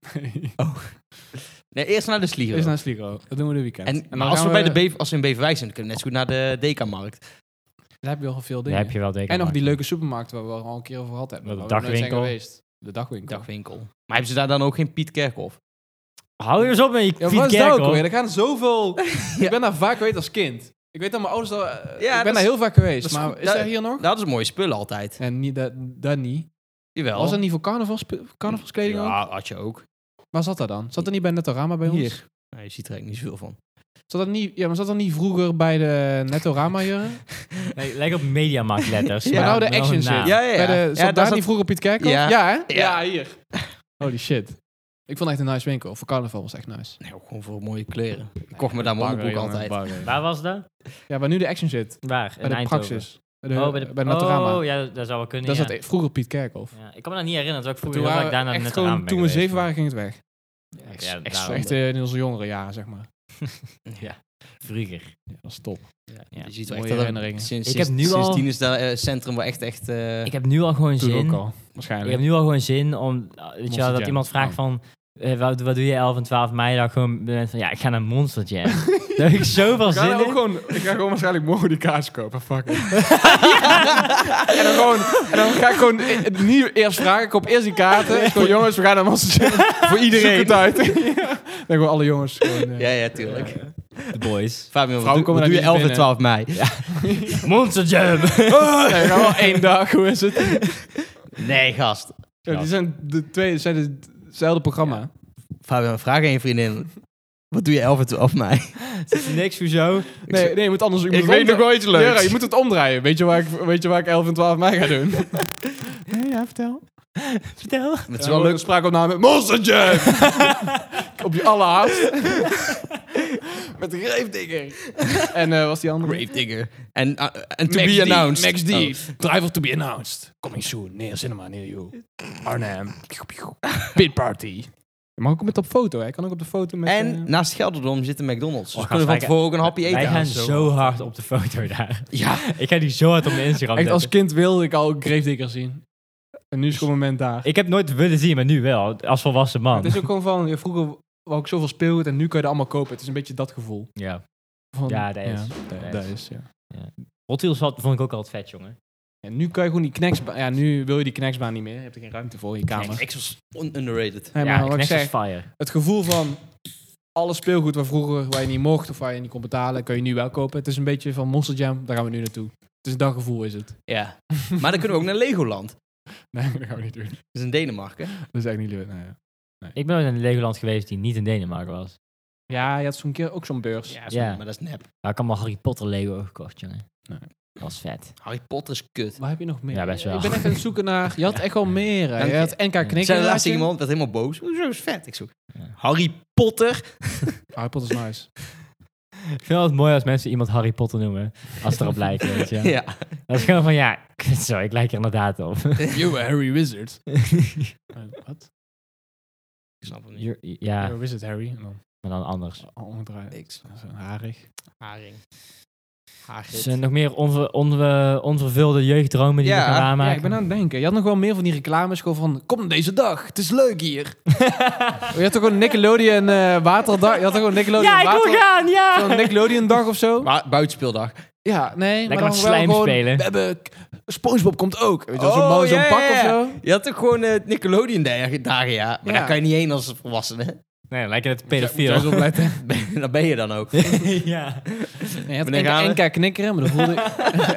Nee, eerst naar de Sligro.
Eerst naar Sligro. Dat doen we de weekend.
En,
dan
maar als we,
gaan
bij de Bever, als we in Beverwijk zijn, dan kunnen we net zo goed naar de Deka-markt.
Daar heb je al veel
Daar
dingen.
heb je wel deken.
En nog die leuke supermarkt waar we al een keer over gehad hebben.
De
waar we nooit zijn
dagwinkel.
geweest. De dagwinkel.
Dagwinkel. Maar hebben ze daar dan ook geen Piet Kerkhoff?
Hou je eens op met je
Ja,
Piet
wat is dat ook
Kerkhoff.
alweer? Er gaan zoveel... Ik ben daar vaak geweest als kind. Ik weet dat mijn ouders... Al,
Ja,
ik
dat
ben daar
is-
heel vaak geweest.
dat is
Maar
goed.
is
Dat-
daar hier nog?
Dat is mooie spullen altijd.
En niet, dat, dat niet.
Jawel.
Was dat niet voor carnavals, carnavalskleding ook?
Ja, had je ook.
Waar zat dat dan? Zat dat niet bij Nettorama bij ons?
Hier. Nee, je ziet er eigenlijk niet zoveel van.
Zat dat niet, ja, maar zat dat niet vroeger bij de Nettorama hier?
Nee, lijkt op Mediamarkt letters.
Ja,
maar nou de
met nog
action
een
shit.
naam.
Ja, ja, ja.
Bij de,
Ja,
zat
daar
daar
zat-
niet vroeger Piet Kerkhoff?
Ja.
Ja, hè?
Ja.
Ja, hier. Holy shit. Ik vond het echt een nice winkel. Voor carnaval was het echt nice.
Nee, ook gewoon voor mooie kleren. Ik kocht me daar mijn
Bagger,
onderbroek
jongen,
altijd.
bagger.
Waar was dat?
Ja, waar nu de action zit.
Waar?
Bij
In
de
Eindhoven.
Praxis. Bij de,
oh, bij de,
bij Nettorama.
Oh, ja, dat zou wel kunnen,
Dat
ja.
zat e- vroeger Piet Kerkhoff.
Ja, ik kan me dat niet herinneren. Dat ik vroeger
Toen
heel
waren
vaak daarna
echt
net
gewoon, toen we zeven waren, ging het weg.
Ja,
Echt-
ja,
echt
daarom.
zonde.
Echt eh, in onze jongere jaren, zeg maar.
Vroeger.
Ja, dat is top.
Ja.
Je ziet wel
Mooie
echt dat er
herinneringen.
sinds,
Ik
sinds,
heb nu al-
sindsdien is dat eh, centrum wel echt echt... eh,
Ik heb nu al gewoon
Toen
zin.
ook al,
Ik
waarschijnlijk.
heb nu al gewoon zin om, uh, weet je
Monster
wel, dat
Jam.
iemand vraagt
Oh.
van, eh, wat, wat doe je elf en twaalf mei? Dat ik gewoon ben van, ja, ik ga naar Monster Jam. Daar heb ik zoveel
Ik ga,
zin
ook
in.
gewoon, ik ga gewoon waarschijnlijk morgen die kaars kopen. Fuck it. en, dan gewoon, en dan ga ik gewoon eh, niet eerst vragen. Ik koop eerst die kaarten. Gewoon, jongens, we gaan naar Monster Jam.
voor iedereen.
Zoek het uit. ja. Dan gewoon alle jongens. Gewoon, eh,
Ja, ja, tuurlijk.
De boys.
Fabian, wat
Vrouwen
doe,
komen
wat doe
daar
je
niet
elf en
binnen.
twaalf mei?
Monster Jam!
Oh, nee, we gaan wel één dag. Hoe is het?
Nee, gast.
Ja, die zijn de twee zijn de- hetzelfde programma.
Fabian, vraag aan je vriendin. Wat doe je elf en twaalf mei?
Niks, hoezo?
Nee, nee, je moet anders... Je
Ik
moet
weet
het
nog wel iets leuks.
Jera, je moet het omdraaien. Weet je waar ik, weet je waar ik elf en twaalf mei ga doen? Nee, ja, vertel.
Vertel.
Het is
Ja,
wel leuk.
spraakopname met Monster Jam. Op je allerhaast. Met de Gravedigger. En uh, was die andere?
Gravedigger. En uh, and to
Max
be
D,
announced.
Max D.
Oh.
Driver to be announced. Coming soon. Near cinema near you. Arnhem. Pit party. Je mag ook met op foto, hè? Ik kan ook op de foto met...
En
uh,
naast Gelderdom zit een McDonald's. Dus
Oh,
we kunnen van
gast,
tevoren ook een hapje eten
Wij gaan
halen.
zo hard op de foto daar.
Ja.
Ik ga die zo hard op mijn Instagram
echt, als
zetten.
kind wilde ik al Gravedigger zien. En nu is het gewoon het moment daar.
Ik heb nooit willen zien, maar nu wel. Als volwassen man.
Het is ook gewoon van... Ja, vroeger wou ik zoveel speelgoed en nu kan je er allemaal kopen. Het is een beetje dat gevoel.
Ja.
Van,
Ja, dat is.
Ja,
Dat
dat, dat
is.
is, ja.
Hot Wheels had- vond ik ook altijd vet, jongen.
Ja, nu kan je gewoon die knacksbaan... Ja, nu wil je die knacksbaan niet meer. Je hebt er geen ruimte voor in je kamer.
X was un- underrated.
Nee,
ja,
maar wat ik
Knecht is
zeg,
fire.
het gevoel van alle speelgoed waar vroeger waar je niet mocht of waar je niet kon betalen, kan je nu wel kopen. Het is een beetje van Monster Jam, daar gaan we nu naartoe. Het is dat gevoel is het.
Ja. Maar dan kunnen we ook naar Legoland.
Nee, dat gaan we niet doen.
Dat is in Denemarken.
Dat is echt niet leuk. Nee, ja.
Ik ben ooit in een Legoland geweest die niet in Denemarken was.
ja, je had zo'n keer ook zo'n beurs.
Ja,
Ja.
maar dat is nep.
Maar ik had allemaal Harry Potter Lego gekocht, jongen. Dat was vet.
Harry Potter is kut.
Waar heb je nog meer?
Ja, best wel.
Ik ben echt aan het zoeken naar... Je had echt wel meer. hè.
Dank
Je
je.
had N K Knikker.
Ik zei de
had
laatste
je.
iemand, werd helemaal boos. Hoezo is vet? Ik zoek
Ja.
Harry Potter.
Harry Potter is nice.
Ik vind het mooi als mensen iemand Harry Potter noemen. Als het erop lijkt, weet je.
Ja.
Dat is gewoon van, ja, zo, ik lijk er inderdaad op.
You a Harry Wizard. Wat?
Ik snap het niet.
You're- ja,
Harry Wizard Harry. En dan
maar dan anders.
al omgedraaid.
Niks.
Zo harig.
Haring.
Dus
Hagrid.
uh, nog meer onver, onver, onvervulde jeugdromen die
Ja,
we gaan
Ja,
waarmaken.
ik ben aan het denken. Je had nog wel meer van die reclames. Gewoon van, kom deze dag. Het is leuk hier. Je had toch gewoon Nickelodeon uh, waterdag. Je had toch gewoon Nickelodeon
Ja, ik wil
water...
gaan, ja!
Zo'n Nickelodeon dag of zo.
Maar buitenspeeldag.
Ja, nee.
Lekker
maar
met
dan wel
slijm
gewoon,
spelen.
We hebben... SpongeBob komt ook. Weet je, wel, zo'n
Oh,
man- zo'n
ja,
pak
ja,
of
ja.
zo.
Je had toch gewoon uh, Nickelodeon dagen, dagen, ja. Maar
Ja.
daar kan je niet heen als volwassene.
Nee, dan lijkt het
Ja,
pedofiel.
moet jij zo blij zijn.
Dan ben je dan ook.
ja.
Nee, je
Wanneer gaan
had
we?
N K knikkeren, maar dat voelde ik...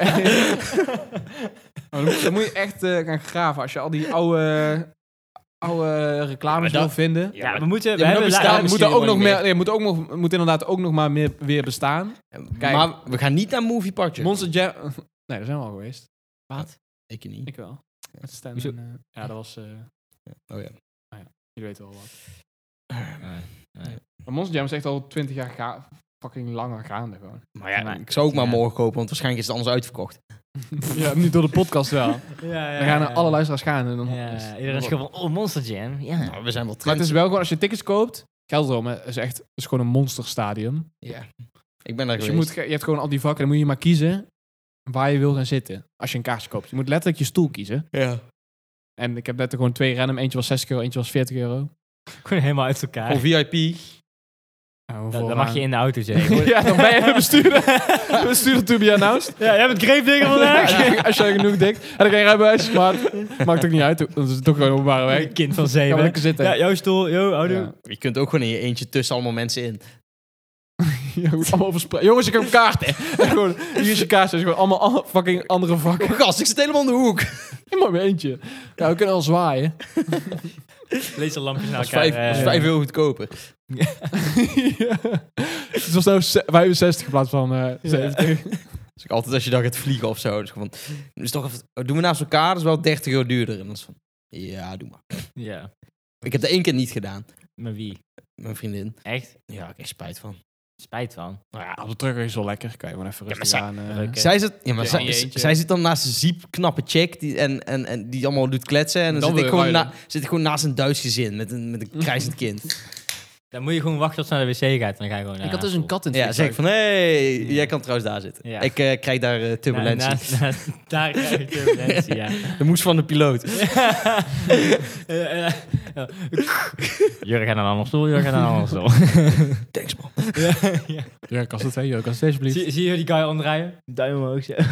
Maar dan, moet, dan moet je echt uh, gaan graven. Als je al die oude, oude reclames
Ja, maar
wil
dat-
vinden.
Ja,
maar
we moeten...
die
We
hebben
hebben
bestaan
la-
Ja,
misschien
moet er ook nog
helemaal
meer, nee, moet, ook nog, moet inderdaad ook nog maar meer, weer bestaan. Kijk.
Maar we gaan niet naar Movie Park.
Monster Jam... Nee, daar zijn we al geweest.
Wat? Ik niet.
Ik wel. Met Stan
Hoezo?
en, uh, ja, dat was... Uh,
Oh ja.
jullie weten wel wat.
Nee, nee.
Maar Monster Jam is echt al twintig jaar ga fucking langer gaande gewoon.
Maar ja,
Maar-
ik zou ook maar
ja.
morgen kopen, want waarschijnlijk is het anders uitverkocht.
Ja, niet door de podcast wel.
Ja, ja,
Dan gaan er
ja.
alle luisteraars gaan. En dan
Ja,
is-
iedereen is gewoon van, oh, Monster Jam. Ja.
Nou, we zijn wel
Maar het
trends.
is wel gewoon, als je tickets koopt, geldt erom, het is echt, het is gewoon een monsterstadium.
Ja. Ik ben daar
Dus je,
geweest.
moet, ge- je hebt gewoon al die vakken, dan moet je maar kiezen waar je wil gaan zitten. Als je een kaartje koopt. Je moet letterlijk je stoel kiezen.
Ja.
En ik heb net er gewoon twee random, eentje was zestig euro, eentje was veertig euro.
Gewoon helemaal uit elkaar.
Voor V I P.
Ja,
Dan, dan mag je in de auto zitten.
ja, dan ben je de bestuurder. De bestuurder to be announced.
Ja, jij bent greepdingen vandaag.
Ja, als je genoeg denkt. En dan ga je rijbewijs, maar het maakt ook niet uit. Dat is toch gewoon een openbare weg.
Kind van
Ga maar
zeven.
lekker zitten.
Ja, jouw stoel. Yo, oudoe.
Ja.
Je kunt ook gewoon in je eentje tussen allemaal mensen in.
Ja, goed, allemaal verspreid. Jongens, ik heb kaarten. En gewoon, hier is je kaart. Er is gewoon allemaal alle fucking andere vakken.
Oh, gast, ik zit helemaal in de hoek.
Helemaal mijn eentje. Ja, we kunnen al zwaaien.
Laserlampjes naar
Dat is
elkaar.
vijf, dat is
eh,
vijf euro goedkoper.
Ja. Het was nou ze- vijfenzestig in plaats van uh, zeventig.
Dus ik altijd als je dan gaat vliegen of zo. Dus gewoon, dus toch even, oh, doen we naast elkaar, dat is wel dertig euro duurder. En dan is van, ja, doe maar.
Ja.
Ik heb dat één keer niet gedaan.
Maar wie?
Mijn vriendin.
Echt?
Ja, ik heb echt spijt van.
Spijt van.
Nou ja,
Op de terug is wel lekker. Kan je gewoon even
Ja, maar
rustig
zij-
aan. eh,
Rukken.
zij zit, ja, maar
Ja,
zij,
in je eentje.
zij zit dan naast een ziep knappe chick die, en, en, en die allemaal doet kletsen. En dan,
Dan
zit, ik
wil
gewoon
je
na,
ruilen.
zit ik gewoon naast een Duits gezin met een, met een krijzend kind.
Dan moet je gewoon wachten tot ze naar de wc gaat. Dan ga je gewoon
ik had dus een kat in het
Ja, zeg ik van, hé, hey,
Ja.
jij kan trouwens daar zitten.
Ja.
Ik eh, krijg daar eh, turbulentie.
Na, na, na, daar krijg je turbulentie, ja.
De moes van de piloot.
Eh, eh, ja. Jurgen gaat naar een andere stoel, Jurgen gaat naar een andere stoel.
Thanks, man.
ja, ja.
Ja, kan het twee euro. Kan het alsjeblieft.
Zie, zie je die guy omdraaien? Duim omhoog. Zo.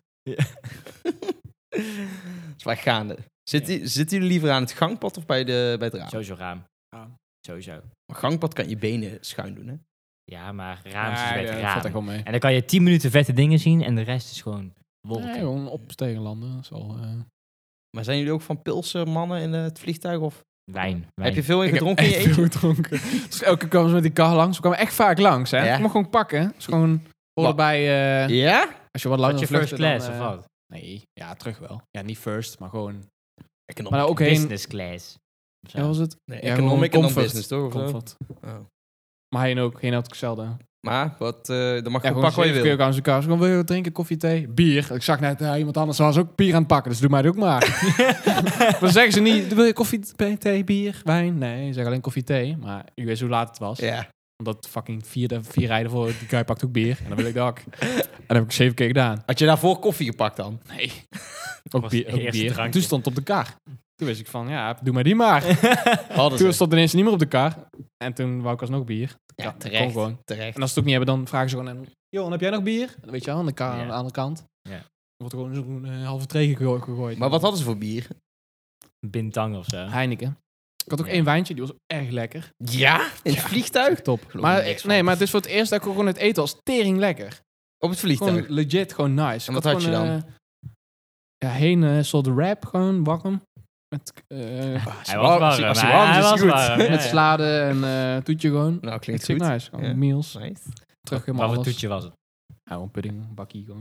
Dat is wel echt gaande. Zit, die- Zitten jullie liever aan het gangpad of bij, de, bij het raam?
Sowieso raam.
Ja.
Sowieso.
Maar gangpad kan je benen schuin doen, hè?
Ja, maar raam is
Ja,
wet
ja, dat
raam.
valt echt wel mee.
En dan kan je tien minuten vette dingen zien en de rest is gewoon wolken.
Nee, gewoon opstegen landen. Dat is al, eh,
Maar zijn jullie ook van pilsen mannen in het vliegtuig? Of
Wijn. wijn.
heb je veel in
Ik heb
gedronken in je
echt
eentje?
veel gedronken. Dus elke keer kwamen ze met die kar langs. We kwamen echt vaak langs, hè.
Ja.
Je mag gewoon pakken. Het is gewoon
Wat?
bij... eh,
Ja?
Als je wat
Had
langer
je first
vluchtte,
class
dan,
of
eh,
wat?
Nee, ja, terug wel. Ja, niet first, maar gewoon...
Economic.
Maar ook heen...
Business class. Of zo.
Ja, was het?
Nee,
Ja,
economic
gewoon
en dan
comfort.
business, toch? Of zo?
Comfort.
Oh.
Maar heen ook. Heen had ik hetzelfde.
Maar, wat, eh dan mag
Ja,
je
gewoon
pakken wat je
zeven
wil.
keer aan zijn kaas. Gewoon, wil je drinken, koffie, thee? Bier. Ik zag net ja, iemand anders was ook bier aan het pakken, dus doe mij dat ook maar. Maar dan zeggen ze niet, wil je koffie, thee, bier, wijn? Nee, ze zeggen alleen koffie, thee. Maar u weet hoe laat het was.
Ja.
Omdat fucking vier, vier rijden voor, die guy pakt ook bier. En dan wil ik dat ook. En dat heb ik zeven keer gedaan.
Had je daarvoor koffie gepakt dan?
Nee. Ook
Was
bier.
de
Ook
eerste
bier.
drankje.
Toen stond het op de kar. Toen wist ik van, ja, doe maar die maar.
Hadden
Toen
ze.
stond ineens niet meer op de kar. En toen wou ik alsnog bier.
Ja,
kon
terecht.
gewoon.
Terecht.
En als ze het ook niet hebben, dan vragen ze gewoon... en, Johan, heb jij nog bier? En dan weet je wel, aan de, ka-
Ja.
aan de andere kant.
Ja.
Dan wordt er gewoon zo'n uh, halve tregen gegooid. gegooid.
Maar wat hadden ze voor bier?
Bintang of zo.
Heineken. Ik had ook
Ja.
één wijntje, die was erg lekker.
Ja? In het vliegtuig?
Echt top.
Geloof
Maar,
er niks van.
nee, maar het is voor het eerst dat ik gewoon het eten als tering lekker.
Op het vliegtuig?
Gewoon legit, gewoon nice.
En
Ik
wat had je
gewoon,
dan?
eh, ja, heen, uh, soort wrap, gewoon warm. Met, uh,
Hij was
Als hij
warm,
als hij
maar
warm is,
hij
is
was
hij goed.
warm. Ja,
met
ja.
salade en uh, toetje gewoon.
Nou,
Het
klinkt
is
goed.
nice. Gewoon
Ja.
meals.
Nice.
Terug
Wat
helemaal
voor
alles.
toetje was het?
Ja, gewoon pudding, bakkie gewoon.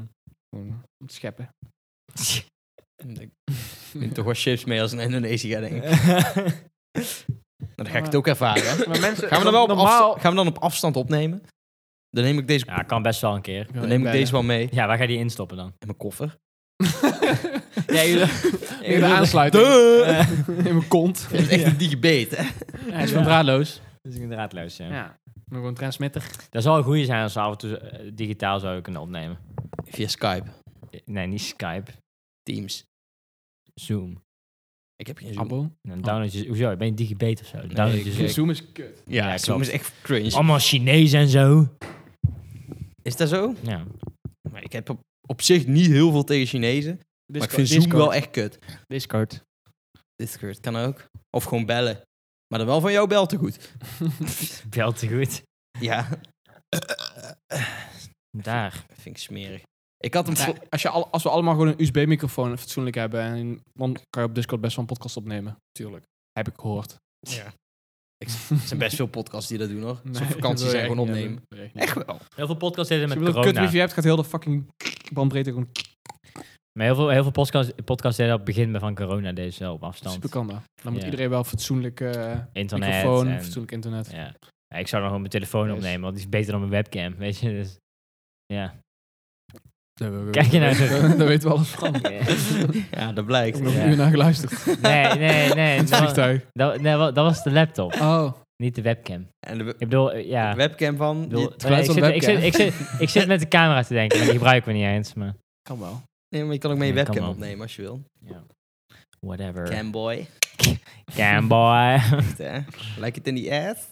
Gewoon het scheppen.
Ik neem toch wel chips mee als ik naar Indonesië ga, denk ik. Dan ga ik het ook ervaren. Hè?
Maar mensen,
Gaan we, dan wel op
normaal...
afstand, gaan we dan op afstand opnemen? Dan neem ik deze,
Ja, kan best wel een keer.
dan neem ik deze wel mee.
Ja, waar ga je die instoppen dan?
In mijn koffer.
Ja, jullie...
In de aansluiting.
Uh,
In mijn kont.
Dat is echt een digibet, hè?
Hij is gewoon draadloos.
Dat is een draadloos, ja.
Ja. Maar gewoon transmitter.
Dat zou een goede zijn als we af en toe uh, digitaal zouden kunnen opnemen.
Via Skype,
Nee, niet Skype.
Teams.
Zoom.
Ik heb geen Zoom.
Abo.
Dan download je... Hoezo? Ben je digibet of zo? Dan
Nee,
download je
ik-
Zoom.
Zoom is kut.
Ja,
Ja,
Zoom
klopt.
is echt cringe.
Allemaal Chinees en zo.
Is dat zo?
Ja.
Maar ik heb op, op zich niet heel veel tegen Chinezen. Maar ik vind Zoom wel echt kut.
Discord.
Discord kan ook. Of gewoon bellen. Maar dan wel van jou bel te goed.
Belt te goed.
Ja,
Daar.
dat vind ik smerig. Ik had hem...
Nee,
vo-
als, je al, als we allemaal gewoon een U S B-microfoon fatsoenlijk hebben, en dan kan je op Discord best wel een podcast opnemen. Tuurlijk. Heb ik gehoord.
Ja. Ik, er zijn best veel podcasts die dat doen, hoor.
Nee,
Zo'n
dat
vakantie
wil je
zijn
echt
gewoon
niet
opnemen.
hebben. Nee,
Echt wel.
Heel veel podcasts deden
Als
met
je een kut
corona.
wifi hebt, gaat heel de fucking bandbreedte gewoon
Maar heel veel, heel veel podcasts, podcasts deden op het begin van corona deze wel op afstand.
super kan dat. Dan moet
Ja.
iedereen wel fatsoenlijk eh
Internet.
microfoon,
en-
fatsoenlijk internet.
ja. Ja, ik zou dan gewoon mijn telefoon
Yes.
opnemen, want die is beter dan mijn webcam. Weet je, dus... Ja.
Daar,
Kijk je nou zo-
Daar, daar weten we alles van.
Ja, dat blijkt.
Ik heb nog
Ja.
een uur naar geluisterd.
Nee, nee, nee.
Het
dat, was,
vliegtuig.
dat, nee, wa- dat was de laptop,
Oh.
niet de webcam.
En de, we-
Ik bedoel, eh, ja.
de webcam van...
Ik, bedoel,
die-
nee, ik,
van
zit,
de
ik, zit,
webcam.
ik, zit, ik zit met de camera te denken, maar die gebruiken we niet eens. Maar
Kan wel.
nee, maar je kan ook met je
Ja, kan
webcam
wel.
opnemen als je wil.
ja. Whatever.
Camboy.
Camboy.
Echt, hè? Like it in the ass.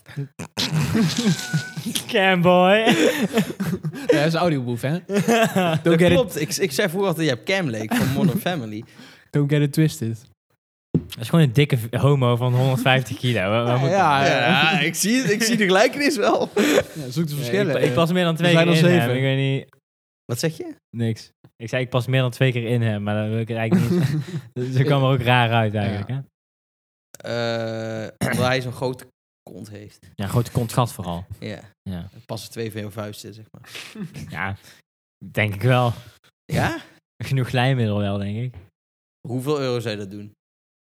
Camboy.
Ja, dat is audiobooth, hè?
Dat
Don't get, it,
klopt. Ik, ik zei vroeger altijd, je hebt Cam Lake van Modern Family.
don't get it twisted.
Dat is gewoon een dikke v- homo van honderdvijftig kilo. Waar- waar moet-
Ja,
Ja, ik zie, het, ik zie de gelijkenis wel.
Ja, zoek de
Ja,
verschillen.
ik, ik pas meer dan twee
zijn
keer
er
in
zeven.
hem. Ik weet niet...
Wat zeg je?
Niks. Ik zei, ik pas meer dan twee keer in hem, maar dan wil ik het eigenlijk niet. Dus dat kwam er ook raar uit eigenlijk,
Ja.
hè?
Eh, omdat hij zo'n grote kont heeft.
Ja, grote kontgat vooral.
Ja.
Ja.
Er passen twee van jouw vuisten, zeg maar.
Ja, denk ik wel.
Ja?
Genoeg glijmiddel wel, denk ik.
Hoeveel euro zou je dat doen?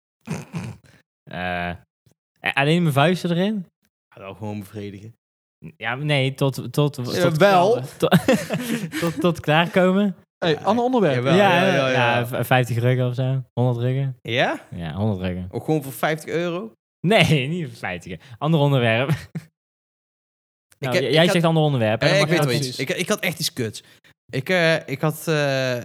Eh, alleen mijn vuisten erin?
Ja, wel gewoon bevredigen.
Ja, nee, tot... tot, tot,
Ja,
tot
wel.
Tot, tot, tot klaarkomen.
Hey, ander onderwerp.
Jawel.
Ja,
ja,
ja,
ja, ja.
v- vijftig ruggen of zo. honderd ruggen.
Ja?
Ja, honderd ruggen.
Ook gewoon voor vijftig euro?
Nee, niet vijftig. Ander onderwerp. Nou,
heb-
j-
ik
jij
had-
zegt ander onderwerp. hè?
Eh,
Dan
ik
mag
weet
je
wel
dat
iets.
precies.
Ik, ik had echt iets kuts. Ik, eh, ik had... eh,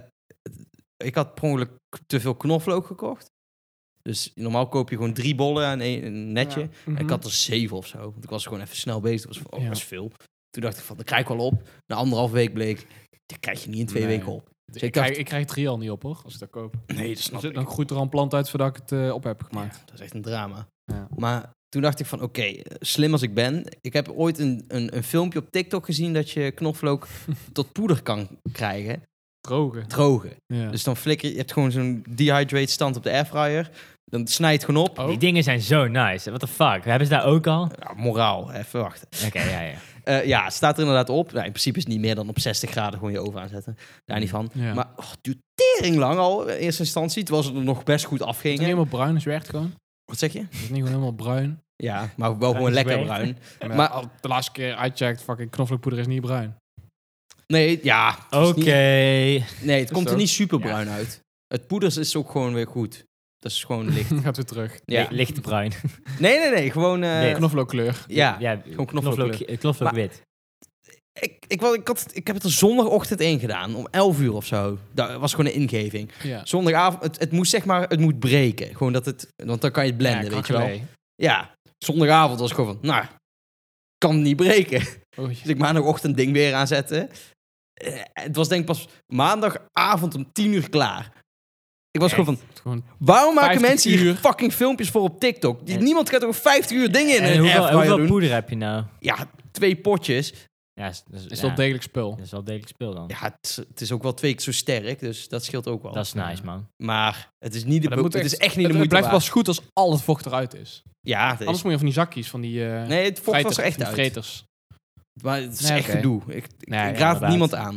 ik had per ongeluk te veel knoflook gekocht. Dus normaal koop je gewoon drie bollen aan een, een netje.
Ja.
En ik
Mhm.
had er zeven of zo. Want ik was gewoon even snel bezig. Dat was, oh,
Ja.
dat is veel. Toen dacht ik van, dat krijg ik wel op. Na anderhalf week bleek, dat krijg je niet in twee
Nee.
weken op. Dus
Ik,
ik dacht,
krijg, ik krijg drie al niet op, hoor, als ik dat koop.
nee, dat snap
Dan,
ik.
dan groeit er al een plant uit voordat ik het eh, op heb gemaakt.
Ja, dat is echt een drama.
Ja.
Maar toen dacht ik van, oké, eh, slim als ik ben. Ik heb ooit een, een, een filmpje op TikTok gezien dat je knoflook tot poeder kan krijgen.
Drogen.
Drogen.
Ja.
Dus dan flikker je, je hebt gewoon zo'n dehydrate stand op de airfryer. Dan snij je het gewoon op.
Oh.
Die dingen zijn zo nice. What the fuck? Hebben ze daar ook al? Oké,
Ja, moraal, even wachten.
ja, ja.
Eh, ja, het staat er inderdaad op. Nou, in principe is het niet meer dan op zestig graden gewoon je oven aanzetten. Daar niet van.
Ja.
Maar oh, het duurt tering lang al in eerste instantie. Terwijl ze er nog best goed
Is het
afgingen.
niet helemaal bruin als je werkt gewoon?
Wat zeg je?
Is het niet gewoon helemaal bruin?
Ja, maar wel gewoon
is
lekker
werkt.
bruin.
Maar,
Maar-
al de laatste keer uitcheckt, fucking knoflookpoeder is niet bruin.
Nee, ja. het is
Oké.
niet- Nee, het
Is
komt er
zo?
niet super bruin uit. Het poeder is ook gewoon weer goed. Dat is gewoon licht.
Gaat weer terug.
Ja.
Li- Licht bruin.
Nee, nee, nee. Gewoon... eh,
Wit.
Knoflookkleur.
ja.
ja
gewoon knoflook.
knoflook, knoflook
Maar-
wit.
Ik, ik, wel, ik, had, ik heb het er zondagochtend in gedaan. Om elf uur of zo. Dat was gewoon een ingeving.
Ja.
Zondagavond, het, het moest zeg maar, het moet breken. Gewoon dat het, want dan kan je het blenden,
Ja,
weet je wel.
krakelé.
Ja, zondagavond was ik gewoon van, nou, kan het niet breken.
Oei.
Dus ik maandagochtend ding weer aanzetten. Eh, het was denk ik pas maandagavond om tien uur klaar. Ik was gewoon van,
Gewoon
waarom maken
vijftig
mensen hier
uur.
fucking filmpjes voor op TikTok? Die,
En-
niemand gaat toch vijftig uur dingen in
En
een
hoeveel,
airfryer
hoeveel
doen?
poeder heb je nou?
Ja, twee potjes.
Ja, is, is,
is
ja,
wel degelijk spul.
dat is wel degelijk speel dan.
Ja, het, is- het is ook wel twee keer zo sterk, dus dat scheelt ook wel.
Dat is nice, man.
Maar het is niet de
Maar
bo-
dat moet
het is echt niet de
Het, het
moeite
blijft
waard.
pas goed als al het vocht eruit is.
Ja, het is-
Anders moet je van die zakjes, van die eh
nee, het vocht was er echt
die
uit.
vreters.
Maar het is
Nee,
echt
oké.
gedoe. Ik, ik,
Nee,
ik
ja,
raad het
inderdaad.
niemand aan.
Nee.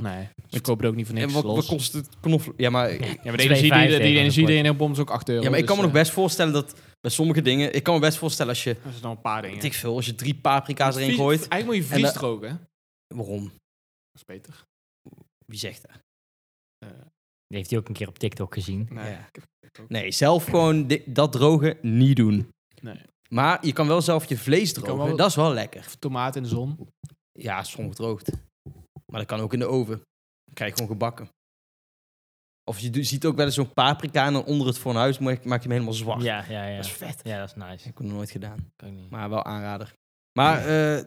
Ze kopen het ook niet voor niks
En wat, wat
los.
kost het knoflook? Ja, maar,
Ja, maar de
twee
energie die,
vijftig
die, die energie
wordt.
die in een bom is ook acht euro.
ja, maar ik kan me
dus,
nog best voorstellen dat bij sommige dingen... Ik kan me best voorstellen als je...
uh, dat is dan een paar dingen.
Weet ik veel, als je drie paprika's erin
Vries-
gooit...
Eigenlijk moet je
en
vries
da-
drogen, hè?
Waarom?
Dat is beter.
Wie zegt dat?
Uh,
Die heeft hij ook een keer op TikTok gezien.
nee,
Ja.
ik heb het ook.
Nee, zelf gewoon di- dat drogen niet doen.
Nee.
Maar je kan wel zelf je vlees
kan
drogen.
wel-
Dat is wel lekker.
Tomaat in de zon.
Ja, soms gedroogd. Maar dat kan ook in de oven. Dan krijg je gewoon gebakken. Of je do- ziet ook wel eens zo'n paprika en dan onder het fornuis maak maak je hem helemaal zwart.
Ja, ja, ja.
Dat is vet.
Ja, dat is nice.
Dat heb ik nog nooit gedaan.
Kan ik niet.
Maar wel aanrader. Maar eh,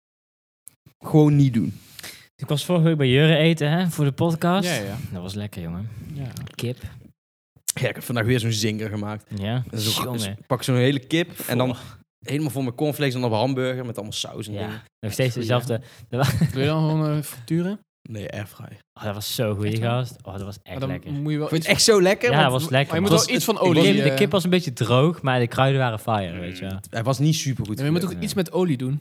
gewoon niet doen.
Ik was vorige week bij Jurre eten, hè, voor de podcast.
Ja, ja.
Dat was lekker, jongen.
ja.
Kip.
Ja, ik heb vandaag weer zo'n zinger gemaakt.
Ja,
En zo,
jongen.
dus pak zo'n hele kip en dan
Goh.
helemaal vol met cornflakes en dan op hamburger met allemaal saus en dingen.
Ja, nog steeds
Goeie,
dezelfde.
Wil je dan gewoon uh, frituren?
Nee, airfryer.
Oh, dat was zo goed,
Echt waar?
gast. Oh, dat was echt
Maar dan
lekker.
moet je wel
Vond
iets...
je het echt zo lekker?
Ja, dat
Want
was lekker.
Maar je
man.
moet
Het
wel
was-
iets van
ik
de,
olie...
kip, de
eh,
kip was een beetje droog, maar de kruiden waren fire, weet je wel.
Hij was niet super goed.
maar je moet ook
Ja.
iets met olie doen.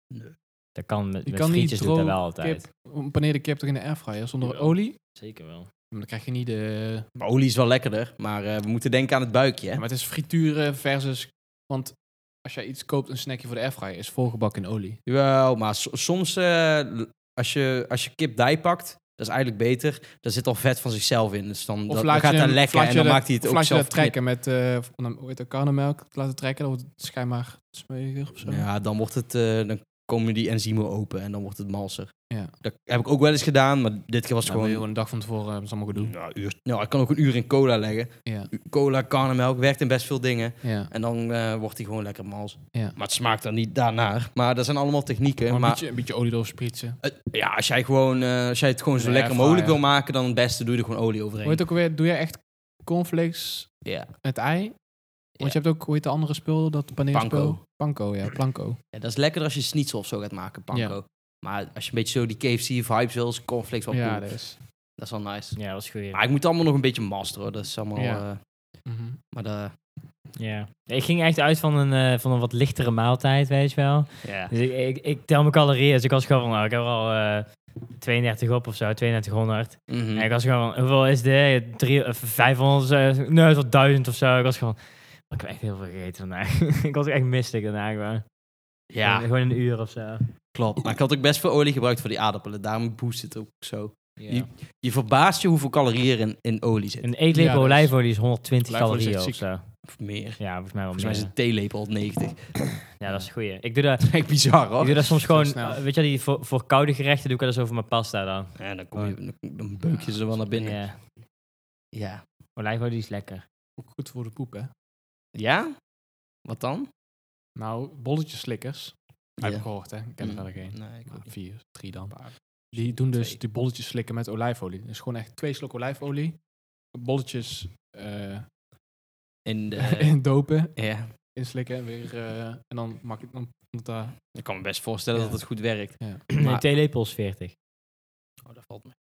Dat kan met,
Je
met
kan niet
frietjes doet dat
droog
wel altijd.
kip... Paneer de kip toch in de airfryer zonder
Ja.
olie?
Zeker wel.
Maar dan krijg je niet de...
Maar olie is wel lekkerder. Maar eh, we moeten denken aan het buikje. Hè?
Ja, maar het is frituren versus... Want als jij iets koopt, een snackje voor de airfryer, is volgebakken in olie.
Jawel, maar so- soms eh, als, je, als je kip die pakt, dat is eigenlijk beter. Daar zit al vet van zichzelf in. Dus dan, dat, dan
laat
gaat
je
dat
hem-
lekker
laat
en
je
dan
dat-
maakt hij het
of
ook
laat je
zelf
dat trekken met, uh, van, hoe heet dat, karnemelk laten trekken, dan wordt het schijnbaar smeuiger of zo.
knip. Ja, dan wordt het, eh, dan komen die enzymen open en dan wordt het malser.
Ja.
Dat heb ik ook wel eens gedaan, maar dit keer was het
Nou,
gewoon...
gewoon een dag van tevoren, dat is allemaal gedoe.
Nou, uur, nou, ik kan ook een uur in cola leggen.
Ja,
Cola, karnemelk, werkt in best veel dingen.
ja.
En dan eh, wordt hij gewoon lekker mals.
Ja.
Maar het smaakt dan niet daarnaar. Maar dat zijn allemaal technieken.
Maar
Maar,
een, beetje, een beetje olie erop spritsen.
eh, ja, als jij, gewoon, eh, als jij het gewoon zo
Ja,
lekker
airfryer.
mogelijk wil maken, dan het beste doe je er gewoon olie overheen.
Hoe heet het ook weer, doe jij echt cornflakes
Ja.
met ei? Want je hebt ook, hoe heet de andere spul, dat paneerspul?
Panko.
Panko, ja, planko.
Ja, dat is lekker als je schnitzel of zo gaat maken, panko.
Ja.
Maar als je een beetje zo die K F C-vibes wil, is cornflakes wel
Ja,
cool.
dat is.
Dat is wel nice.
Ja, dat was goed.
Maar ik moet allemaal nog een beetje masteren, hoor. Dat is allemaal...
Ja.
eh,
Mhm.
maar dat...
Ja. Ik ging echt uit van een, uh, van een wat lichtere maaltijd, weet je wel.
Ja.
Dus ik, ik, ik tel mijn calorieën. Dus ik was gewoon van, nou, ik heb er al uh, tweeëndertig op of zo, tweeëndertighonderd.
Mhm.
En ik was gewoon, hoeveel is dit? Drie, uh, vijfhonderd, uh, nee, het was duizend of zo. Ik was gewoon, ik heb echt heel veel gegeten vandaag. Ik was echt mistig daarna gewoon.
Ja,
Gewoon een uur of zo.
klopt. Maar ik had ook best veel olie gebruikt voor die aardappelen. Daarom boost het ook zo.
Ja.
Je, je verbaast je hoeveel calorieën er in, in olie zitten.
Een eetlepel
Ja, dat is-
olijfolie is honderdtwintig
Olijfolie is
calorieën
echt
of
ziek.
zo.
Of meer.
Ja, volgens mij wel
Volgens mij is
meer.
een theelepel al negentig.
Ja, dat is een goeie. Ik doe dat,
Echt bizar,
ik
hoor.
doe dat soms gewoon,
snel.
uh, weet je wel, die voor, voor koude gerechten doe ik wel eens over mijn pasta dan.
Ja, dan, kom je, dan, dan beuk je ze wel naar binnen.
Ja.
Ja.
Olijfolie is lekker.
Ook goed voor de poep, hè?
Ja? Wat dan?
Nou, bolletjes slikkers. Heb
Ja.
ik gehoord, hè? Ik ken er
Mm.
verder geen.
Nee, ik ook niet.
Vier, drie dan. Die doen dus
Twee.
die bolletjes slikken met olijfolie. Dus gewoon echt twee slok olijfolie. Bolletjes uh,
In de...
in dopen,
ja.
inslikken en weer... Uh, en dan maak ik dan... dan
Ik kan me best voorstellen
Ja.
dat het goed werkt.
ja.
Nee,
Maar-
twee lepels veertig.
Oh, dat valt me.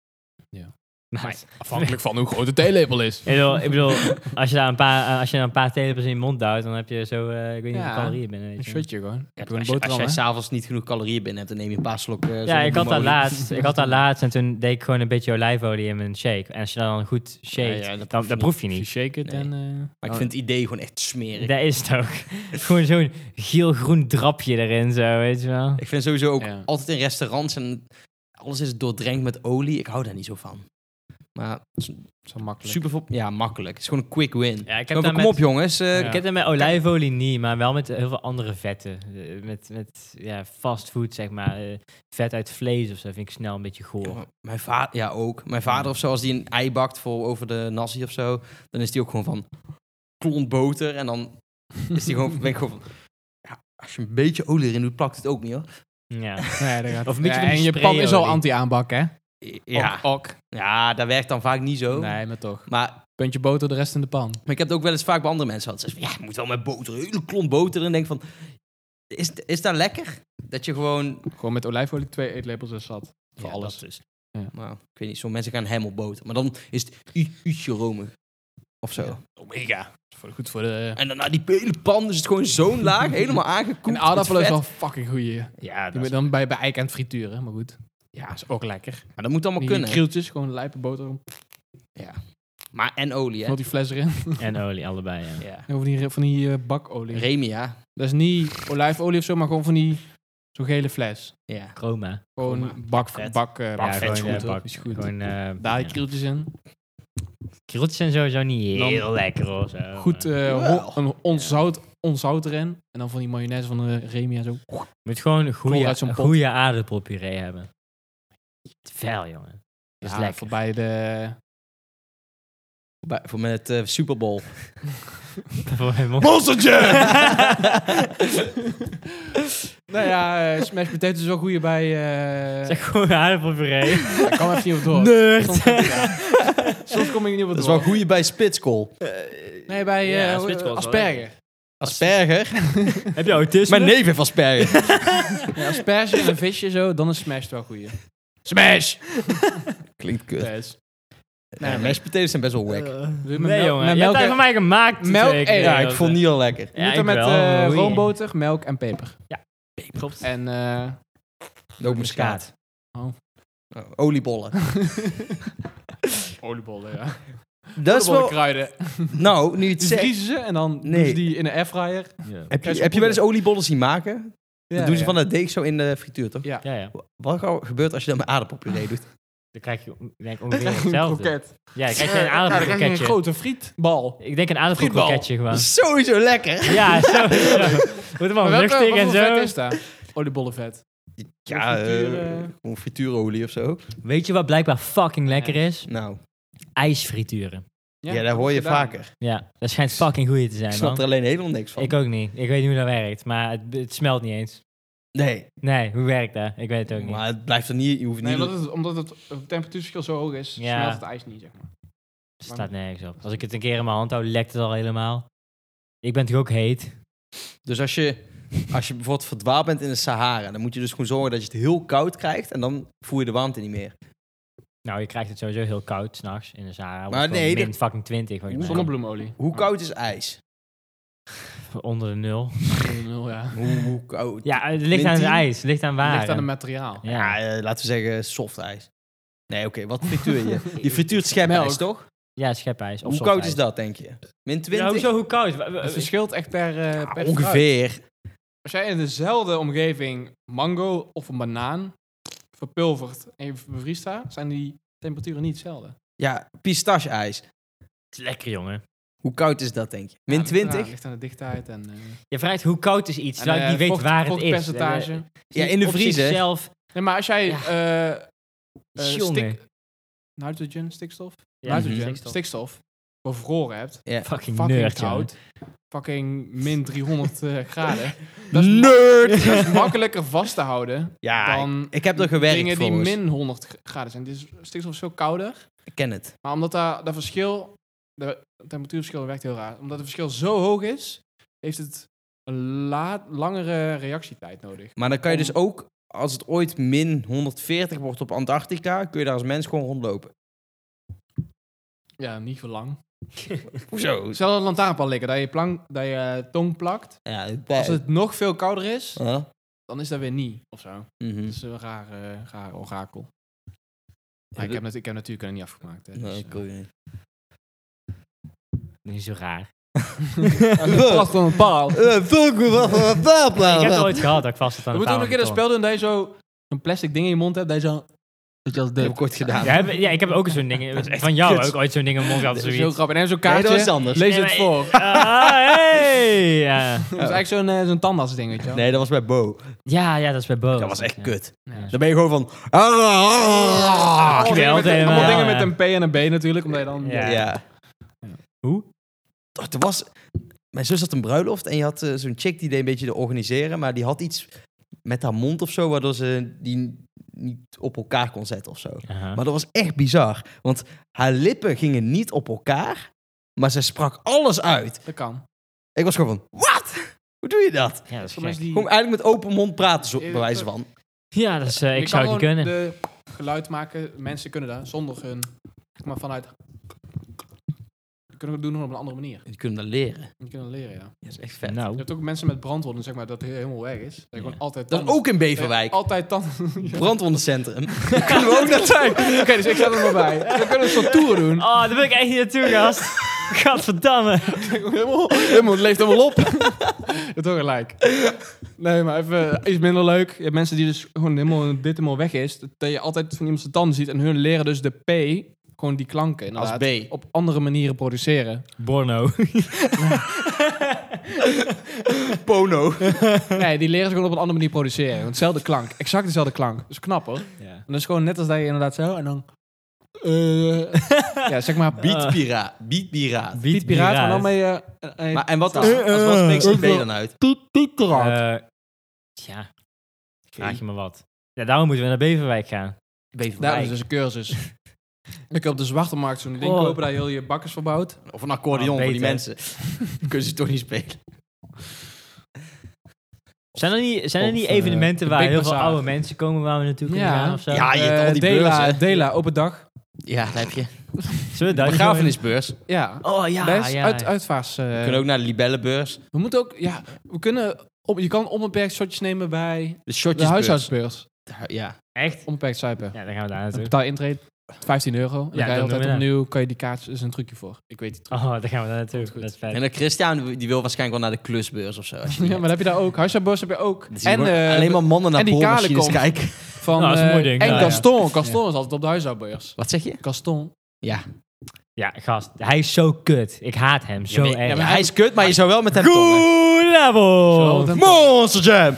Nice.
Afhankelijk van hoe groot de theelepel is.
Ik bedoel, ik bedoel als je daar een paar, als je daar een paar theelepels in je mond duwt, dan heb je zo, uh, ik weet niet
Ja.
hoeveel calorieën binnen. Weet
Een
je.
shotje gewoon.
Ja,
Heb je een
als, je, als
boterham,
jij
hè?
s'avonds niet genoeg calorieën binnen hebt, dan neem je een paar slokken. uh,
Ja,
zonder
ik had dat
bloemolie.
laatst. Ik had dat laatst en toen deed ik gewoon een beetje olijfolie in mijn shake. En als je dan goed shake,
Ja, ja, dat
dan,
proef je
dan
niet.
proef je
Je
niet.
shake het
Nee.
en... Uh,
Maar ik vind het idee gewoon echt smerig.
Dat is het ook. Gewoon zo'n geel-groen drapje erin, zo, weet je wel.
Ik vind sowieso ook
Ja.
altijd in restaurants en alles is doordrenkt met olie. Ik hou daar niet zo van. Maar het is
zo makkelijk.
super veel, ja, makkelijk. Het is gewoon een quick win.
Ja, ik heb
Gewoon
daar
van, kom op
met,
jongens. eh,
Ja.
ik heb dat met olijfolie niet, maar wel met heel veel andere vetten. Eh, Met, met ja, fastfood, zeg maar. Eh, vet uit vlees of zo vind ik snel een beetje goor.
Ja, maar mijn vader, ja ook. Mijn vader of zo, als die een ei bakt voor over de nasi of zo, dan is die ook gewoon van klont boter en dan is die gewoon, ben ik gewoon van, ja, als je een beetje olie erin doet, plakt het ook niet hoor.
Ja.
Nee, dat gaat.
Of een beetje
Ja,
van die
en je pan is al
sprayolie.
anti-aanbak, hè?
Ja,
Ok, ok.
ja, dat werkt dan vaak niet zo.
Nee, maar toch.
Maar,
Puntje boter, de rest in de pan.
maar ik heb het ook wel eens vaak bij andere mensen gehad. Ze zeggen, ja, je moet wel met boter, een hele klont boter. En denk van, is, is dat lekker? Dat je gewoon,
Gewoon met olijfolie twee eetlepels is zat. Voor
ja,
alles.
dat is.
Ja.
Maar ik weet niet, sommige mensen gaan hem op boter. Maar dan is het u- uutje romig. Of zo.
Ja. Omega. Voor, goed voor de...
En daarna die hele pan, dus het gewoon zo'n laag, helemaal aangekoeld.
En aardappelen is
met
wel
vet.
fucking goeie.
Ja,
Die
dat
moet
is,
dan bij, bij eikend frituren, maar goed. Ja, is ook lekker.
Maar dat moet allemaal
Die
kunnen.
krieltjes, gewoon lijpe boter.
Ja. Maar en olie, hè?
Valt die fles erin.
En olie, allebei, ja.
Ja.
Van die, van die uh, bakolie.
Remia.
Dat is niet olijfolie of zo, maar gewoon van die zo'n gele fles.
Ja.
Chroma.
Gewoon
Chroma.
bak,
Bakvet.
bak, uh,
Ja,
Bakvet
gewoon,
is goed,
eh,
hoor.
bak-
Is goed.
Gewoon, uh,
Daar die
ja.
krieltjes in.
Krieltjes zijn sowieso niet
Dan-
heel lekker hoor. Zo.
Goed, uh,
Wel.
ho- een onzout, onzout erin. En dan van die mayonaise van de Remia zo.
Je moet gewoon een
Vol
goede,
uit zo'n
een
pot.
goede aardappelpuree hebben. Vuil, jongen. Dat is
Ja,
lekker.
voorbij de...
Bij, voor met uh, Super Bowl.
Voor mijn mond.
Monstertje!
Nou ja, uh, smash potatoes is wel goeie bij... Uh...
Zeg gewoon aardappelpuree.
Ik kan even niet op door.
Nerd.
Soms, ja. Soms kom ik niet op
Dat
door.
is wel goeie bij spitskool.
Nee, bij uh,
Ja,
hoe-
spitskool is wel
asperger.
Asperger.
Heb je autisme?
Mijn neef heeft asperger.
Ja, asperge en een visje zo, dan is smash wel goeie. Smash!
Klinkt kut.
Yes.
Nee,
Nee,
mashed potatoes zijn best wel wack.
Doe je met
Nee,
melk-
jongen.
met
Je hebt
melk
hij
en-
van mij gemaakt.
Melk-
twee keer.
eh,
Ja, ik vond het niet heel lekker.
Je
Ja,
moet
ik
er met
wel,
uh,
goeie.
roomboter, melk en peper.
Klopt.
En uh,
Nootmuskaat.
Oh.
Oh, oliebollen.
oliebollen, ja.
Dat is wel...
kruiden.
Nou, nu je het
Die
zegt...
vriezen ze en dan
Nee.
doen ze die in de airfryer.
Ja.
Heb je,
Ja,
heb je wel eens oliebollen zien maken?
Ja,
dat doen ze
ja.
van dat deeg zo in de frituur, toch?
Ja.
Ja, ja.
Wat gauw gebeurt als je dat met aardappelpuree doet?
Dan krijg je denk ik ongeveer
Een
hetzelfde.
kroket.
Ja, dan krijg je
Ja,
een
dan krijg je een
aardappelkroketje.
grote frietbal.
Ik denk een aardappelkroketje gewoon.
Sowieso lekker.
Ja, zo. zo. Moet hem al
Maar welke,
rustig
wat
en
voor
zo.
vet is dat? Oliebollenvet.
Ja,
Frituur,
eh,
eh.
gewoon frituurolie of zo.
Weet je wat blijkbaar fucking lekker
Ja.
is?
Nou,
IJsfrituren.
ja, dat hoor je
gedaan.
vaker.
Ja, dat schijnt fucking goeie te
Ik
zijn,
snap
man.
er alleen helemaal niks van.
Ik ook niet. Ik weet niet hoe dat werkt, maar het, het smelt niet eens.
Nee,
Nee, hoe werkt dat? Ik weet het ook niet.
maar het blijft er niet... Je hoeft
Nee,
niet...
omdat het, omdat het het temperatuurverschil zo hoog is,
Ja.
smelt het ijs niet, zeg maar.
Het staat nergens op. Als ik het een keer in mijn hand hou, lekt het al helemaal. Ik ben toch ook heet?
Dus als je, als je bijvoorbeeld verdwaald bent in de Sahara, dan moet je dus gewoon zorgen dat je het heel koud krijgt en dan voel je de warmte niet meer.
Nou, je krijgt het sowieso heel koud s'nachts in de Sahara.
Maar
Maar
nee,
min
dat-
fucking twintig. volgens mij.
Zonnebloemolie.
Hoe koud is ijs?
Onder de nul.
Nul, ja.
Hoe, hoe koud?
Ja, het ligt aan het
tien?
ijs. Het ligt aan waar.
Ligt aan het materiaal.
Ja,
Ja,
eh, laten we zeggen soft ijs. Nee, oké, wat frituur je? Je frituurt schepijs,
Melk.
toch?
ja schepijs. Of
Hoe
soft
koud
ijs.
is dat, denk je? Min
Ja,
twintig?
hoezo, hoe koud? Wa- wa-
Het verschilt echt per, eh, per fruit.
Ongeveer.
Als jij in dezelfde omgeving mango of een banaan verpulvert en je bevriest daar, zijn die temperaturen niet hetzelfde.
Ja, pistache-ijs.
Het is lekker, jongen.
Hoe koud is dat, denk je? Min
Ja, ligt eraan,
twintig?
ligt aan de dichtheid en... eh,
Je vraagt hoe koud is iets,
en,
terwijl ik
eh,
niet weet
vocht-
waar het is.
vochtpercentage.
Eh,
Ja, in de
op
vriezer.
zichzelf.
Nee, maar als jij...
Ja.
eh eh,
Jongen.
stik, nitrogen, stikstof?
Ja,
nitrogen,
stikstof.
stikstof. bevroren hebt.
Ja.
Fucking
Fucking
nerd, jongen.
koud. Fucking min driehonderd eh, graden. Dat is,
Nerd!
dat is makkelijker vast te houden
Ja,
dan
ik heb er gewerkt
dingen die
volgens.
min honderd graden zijn. Dus stikstof is veel kouder.
Ik ken het.
Maar omdat daar dat verschil, de temperatuurverschil werkt heel raar. Omdat het verschil zo hoog is, heeft het een la- langere reactietijd nodig.
Maar dan kan je
Om-
dus ook, als het ooit min honderdveertig wordt op Antarctica, kun je daar als mens gewoon rondlopen.
Ja, niet voor lang.
Hoezo?
Stel een lantaarnpaal liggen, dat je, plank, dat je eh, tong plakt.
Ja,
Als het nog veel kouder is,
Huh?
dan is dat weer niet, of zo.
Mhm.
Dat is een raar, eh, raar orakel. Maar ik,
dat-
heb nat- ik heb natuurlijk er niet afgemaakt. Hè, dus,
Nee,
eh.
ik wil je niet.
Niet zo raar.
Vast aan een paal.
Eh, fuck, wat een
Ik heb het ooit gehad dat ik vast zat aan
We
de
moeten ook een keer dat
paal.
spel doen dat je zo een plastic ding in je mond hebt, dat je zo... Dat je als
Dat heb
de...
ik ooit gedaan.
Ja, heb- ja, ik heb ook zo'n ding. Van jou
kut.
ook ooit zo'n ding in mijn mond gehad.
Dat is zo
Zoiets.
grappig. En zo'n
Nee,
kaartje,
dat is anders.
lees
Nee,
het
maar-
voor.
Ah, hey! Ja.
Dat is eigenlijk zo'n eh, zo'n tandartsding, weet je wel.
Nee, dat was bij Bo.
Ja, ja, dat is bij Bo.
Dat was echt
Ja.
kut.
Ja.
Dan ben je gewoon van...
Allemaal
Ik
dingen
wil
met-
het
allemaal
helemaal,
dingen
ja.
met een P en een B natuurlijk, omdat je dan...
Ja.
Ja.
Hoe?
Toch, er was... Mijn zus had een bruiloft en je had eh, zo'n chick die deed een beetje de organiseren, maar die had iets met haar mond of zo, waardoor ze die niet op elkaar kon zetten of zo.
Aha.
Maar dat was echt bizar, want haar lippen gingen niet op elkaar, maar ze sprak alles uit.
Dat kan.
Ik was gewoon van, wat? Hoe doe je dat?
Ja, dat is
Voor
gek.
mensen die...
Gewoon eigenlijk met open mond praten, zo,
Eh,
bij wijze van.
Ja, dat is, eh,
Je
ik zou
kan
het niet
gewoon
kunnen.
de geluid maken. Mensen kunnen dat zonder hun... zeg maar vanuit... Je kunnen we doen op een andere manier.
Die kunnen dat leren.
Je kunt dat leren, ja.
Dat is echt vet.
Nou,
Je hebt ook mensen met brandwonden, zeg maar, dat het helemaal weg is. Dat je gewoon altijd
Dat is
tanden-
ook in Beverwijk.
Ja, altijd tanden.
Brandwondencentrum. Daar kunnen we ook naartoe.
Oké, dus ik zet er maar bij. Dan kunnen we een soort tour doen.
oh, daar wil ik echt niet naartoe, gast. Gadverdamme.
helemaal, helemaal, het leeft helemaal op. Je hebt toch gelijk. Nee, maar even iets minder leuk. Je hebt mensen die dus gewoon helemaal, dit helemaal weg is. Dat je altijd van iemand zijn tanden ziet. En hun leren dus de P, gewoon die klanken inderdaad,
Als B.
op andere manieren produceren.
Borno.
Pono.
Nee, die leren ze gewoon op een andere manier produceren. Want hetzelfde klank. Exact dezelfde klank. Dat is knap hoor.
Ja.
En dat is gewoon net als dat je inderdaad zo en dan... eh, ja, zeg maar...
Beatpiraat. Beatpiraat.
Beat Piraat, maar dan met je... Uh,
Maar en wat, als, als wat spreekt die B dan uit?
Beat Piraat.
Uh, ja, vraag je me wat. Ja, daarom moeten we naar Beverwijk gaan.
Daar is dus een cursus. Ik heb op de zwarte markt zo'n ding
Oh.
kopen, daar heel je bakkers verbouwd.
Of een accordeon
Oh,
voor die
beter.
mensen. Dan kunnen ze toch niet spelen.
Zijn er niet, zijn er
Of,
niet
eh,
evenementen
de
waar
Big
heel veel
Bazaar.
oude mensen komen waar we naartoe kunnen gaan of zo?
Ja, je hebt
Eh,
al die
Dela,
beurzen.
Dela, open dag.
Ja, dat heb je.
Zullen we daar
Begrafenisbeurs. We
Ja.
Oh ja,
Best
ja.
uit, uitvaars. eh,
kunnen ook naar de libellenbeurs.
we moeten ook, ja, we kunnen, op, je kan onbeperkt shotjes nemen bij
De
de
shotjesbeurs.
huisartsbeurs.
Ja.
Echt?
Onbeperkt zuipen.
Ja, dan gaan we daar
Dan
naartoe.
betaal je intrede vijftien euro. Dan
Ja,
ga je
dan
altijd
doen we dat.
opnieuw, kan je die kaartjes, er is een trucje voor. Ik weet het.
Oh, dan gaan we daar naartoe.
Komt goed.
Dat is vet.
En de Christian die wil waarschijnlijk wel naar de klusbeurs of zo. Als je
Ja,
die
maar dat heb je daar ook. Huisartsbeurs heb je ook.
hebt. Dan zie je
En
gewoon
eh,
alleen maar mannen naar
en die kale
boormachines
komt.
kijken.
van
Nou, dat is een
eh,
mooi ding.
en
Ja, ja.
Gaston. Gaston is altijd op de huisartsbeurs.
Wat zeg je?
Gaston.
Ja.
Ja, gast. Hij is zo kut. Ik haat hem zo
Ja, maar-
erg.
ja, maar hij is kut, maar je zou wel met hem tongen.
Goedenavond!
Zo,
Monster Jam!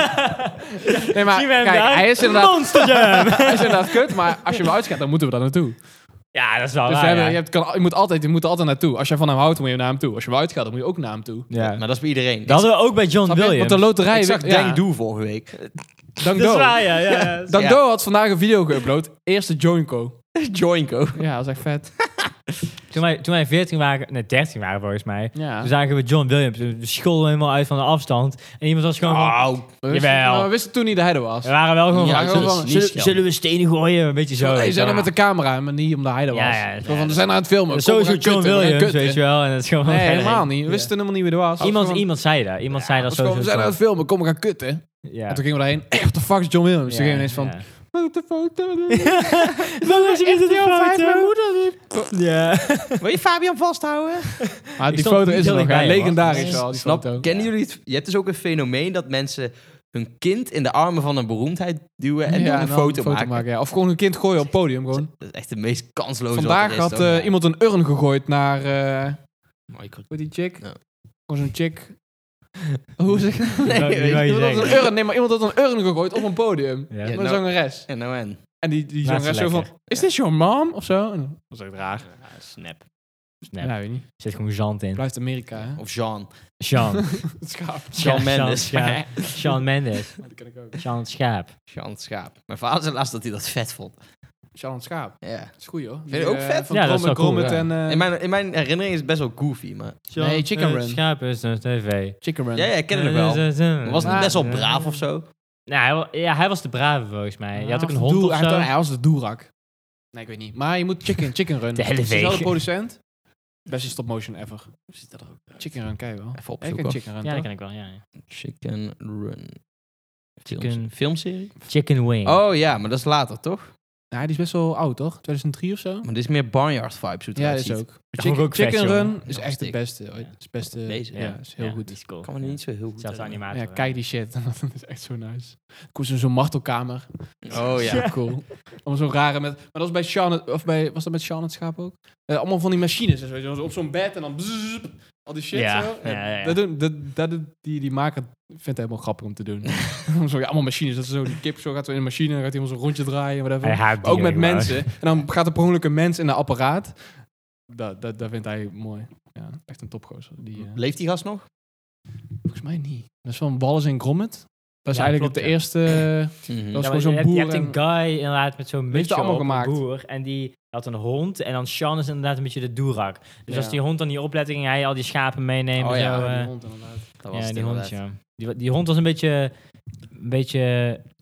Nee, maar
Zien we hem
kijk,
daar?
hij is inderdaad,
Monster Jam!
hij is inderdaad kut, maar als je hem uitgaat, dan moeten we daar naartoe.
Ja, dat is wel
Dus we
waar,
hebben,
ja.
je, hebt, kan, je, moet altijd, je moet er altijd naartoe. Als jij van hem houdt, moet je naar hem toe. Als je hem uitgaat, dan moet je ook naar hem toe.
Ja.
Maar dat is bij iedereen.
Dat hadden we ook bij John
Snap je?
Williams.
Want de loterij...
Ik zag
ja,
Dank Doe vorige week.
Dank
Dat is
Do.
waar, ja. ja, ja.
Dank
Ja.
Do had vandaag een video geüpload. Eerste Joinco.
Joinco.
Ja, dat is echt vet.
Toen wij, toen wij veertien waren, nee, dertien waren volgens mij,
Ja.
toen zagen we John Williams. We scholden helemaal uit van de afstand. En iemand was gewoon van,
Oh,
We wisten,
Jawel.
maar we wisten toen niet dat hij er was.
we waren wel gewoon
Ja,
van,
dat
zullen,
is
zullen-
niet
zullen,
schelden.
we stenen gooien? Een beetje zo.
Zo,
weet
je
je
zijn er
wel.
met de camera, maar niet omdat hij er was.
Ja, ja,
Zo
ja.
van, we zijn aan het filmen.
Dat is
Kom, we
sowieso
gaan
John
kutten, we gaan
Williams,
kutten.
weet je wel. En dat is gewoon
Nee,
van,
helemaal niet. We
Ja.
wisten helemaal niet wie er was.
Iemand,
Gewoon-
iemand zei dat. Iemand zei dat
was gewoon,
sowieso.
we zijn aan het filmen, kom, we gaan kutten.
Ja.
En toen gingen we daarheen. Hey, what the fuck is John Williams? Toen gingen we ineens van...
Ja.
Wat de foto?
Waarom is hij met de foto? Ja.
wil je Fabian vasthouden?
Maar die
stond
foto
niet
is er
heel
nog.
dichtbij,
Ja,
hoor.
legendarisch
Nee.
wel, die
Snap,
foto.
kennen jullie het? Je hebt dus ook een fenomeen dat mensen hun kind in de armen van een beroemdheid duwen en
Ja,
dan een
dan
foto, maken.
ja. Of gewoon een kind gooien op het podium. Gewoon.
Dat is echt de meest kansloze
Vandaag
wat er is,
had
toch?
eh,
Ja.
iemand een urn gegooid naar... eh
Michael.
hoe heet die chick?
Ja.
Gewoon zo'n chick. Hoe zeg je dat?
Nee,
weet
die wou je
Iemand had
zeggen.
een urn, nee, maar iemand had een urn gegooid op een podium.
Ja.
Ja,
Met een
nou-
zangeres.
En nou en?
En die, die
Laat ze
zangeres zo van...
lekker.
Is dit your mom? Of zo? En dat is echt raar.
Ja, snap.
Snap.
Ja, weet je niet.
Er zit gewoon zand in.
Blijft Amerika, hè?
Of Jean.
Sean.
Het schaap.
Shawn Mendes.
Sean, Sean Mendes.
Ja, die ken ik ook.
Sean het Schaap.
Jean het Schaap. Mijn vader zei laatst dat hij dat vet vond.
Sean het schaap.
Ja.
Dat is goed, hoor.
Vind je ook
eh,
vet?
Van
Ja, dat is
Grommet,
wel cool,
Grommet
ja.
en... eh,
In mijn, in mijn herinnering is het best wel goofy, maar...
Sean
Nee, Chicken
het
Run.
Schaap is een tv.
Chicken Run.
Ja, ja, ik ken hem wel. Maar was het
Ja.
best wel braaf of zo?
Nou, hij, wa- ja, hij was de brave volgens mij. Je had ook een
Hij was
hond
de
of
doel-
zo.
Hij, hij was de doerak. Nee, ik weet niet. Maar je moet Chicken, chicken Run.
De hele
Het is dezelfde
week.
producent. Beste stop motion ever.
Zit dat er ook?
Chicken Run ken je wel.
Even
Ik
opzoeken.
ken Chicken Run,
Ja, dat
toch?
ken ik wel. Ja, ja.
Chicken Run.
Chicken-
Films- Filmserie?
Chicken Wing.
Oh ja, maar dat is later, toch?
Ja, die is best wel oud, toch? tweeduizend drie of zo?
Maar dit is meer Barnyard vibes. hoe het
Ja,
eruit
dat is
ziet.
ook.
vond ik
Chicken,
ook vet,
chicken
jongen.
Run is
Ja,
echt het
stik.
beste. ooit. Het is beste.
Deze,
ja,
ja.
is heel
Ja,
goed.
die is cool.
Kan me niet zo heel goed
Zelfs de
herinneren.
animator.
Ja, kijk die shit. Dat is echt zo nice. Ik koos in zo'n martelkamer.
Oh ja.
Zo cool. Allemaal zo'n rare met... Maar dat was bij Sean... het- Of bij... Was dat met Sean het schaap ook? Eh, allemaal van die machines. en zo, weet je wel, op zo'n bed en dan... bzzz, al die shit
Ja,
zo.
ja, ja, ja.
Dat doen, dat, dat, doet- die, die maker vindt het helemaal grappig om te doen. zo, ja, allemaal machines. Dat is zo, die kip zo gaat zo in de machine. Dan gaat hij helemaal zo'n rondje draaien. Whatever.
Hij haat
Ook met
dieren,
mensen. En dan gaat er per ongeluk een mens in een apparaat. Dat, dat, dat vindt hij mooi. Ja, echt een topgozer. Die, eh,
Leeft die gast nog?
volgens mij niet. Dat is van Wallace en Gromit. Dat is
Ja,
eigenlijk
klopt,
de
ja.
eerste...
Mhm.
Dat is
Ja,
gewoon
maar
zo'n
je hebt, je
boer
hebt een
en-
guy inderdaad met zo'n
heeft
mutsje
het allemaal
op,
gemaakt.
een boer. En die had een hond. En dan Sean is inderdaad een beetje de doerak. Dus
Ja.
als die hond dan niet oplet, ging hij al die schapen meenemen.
Oh ja,
zo,
Ja,
eh,
die hond inderdaad.
Dat was
ja,
het
die hond,
inderdaad.
ja. Die, die hond was een beetje... Een beetje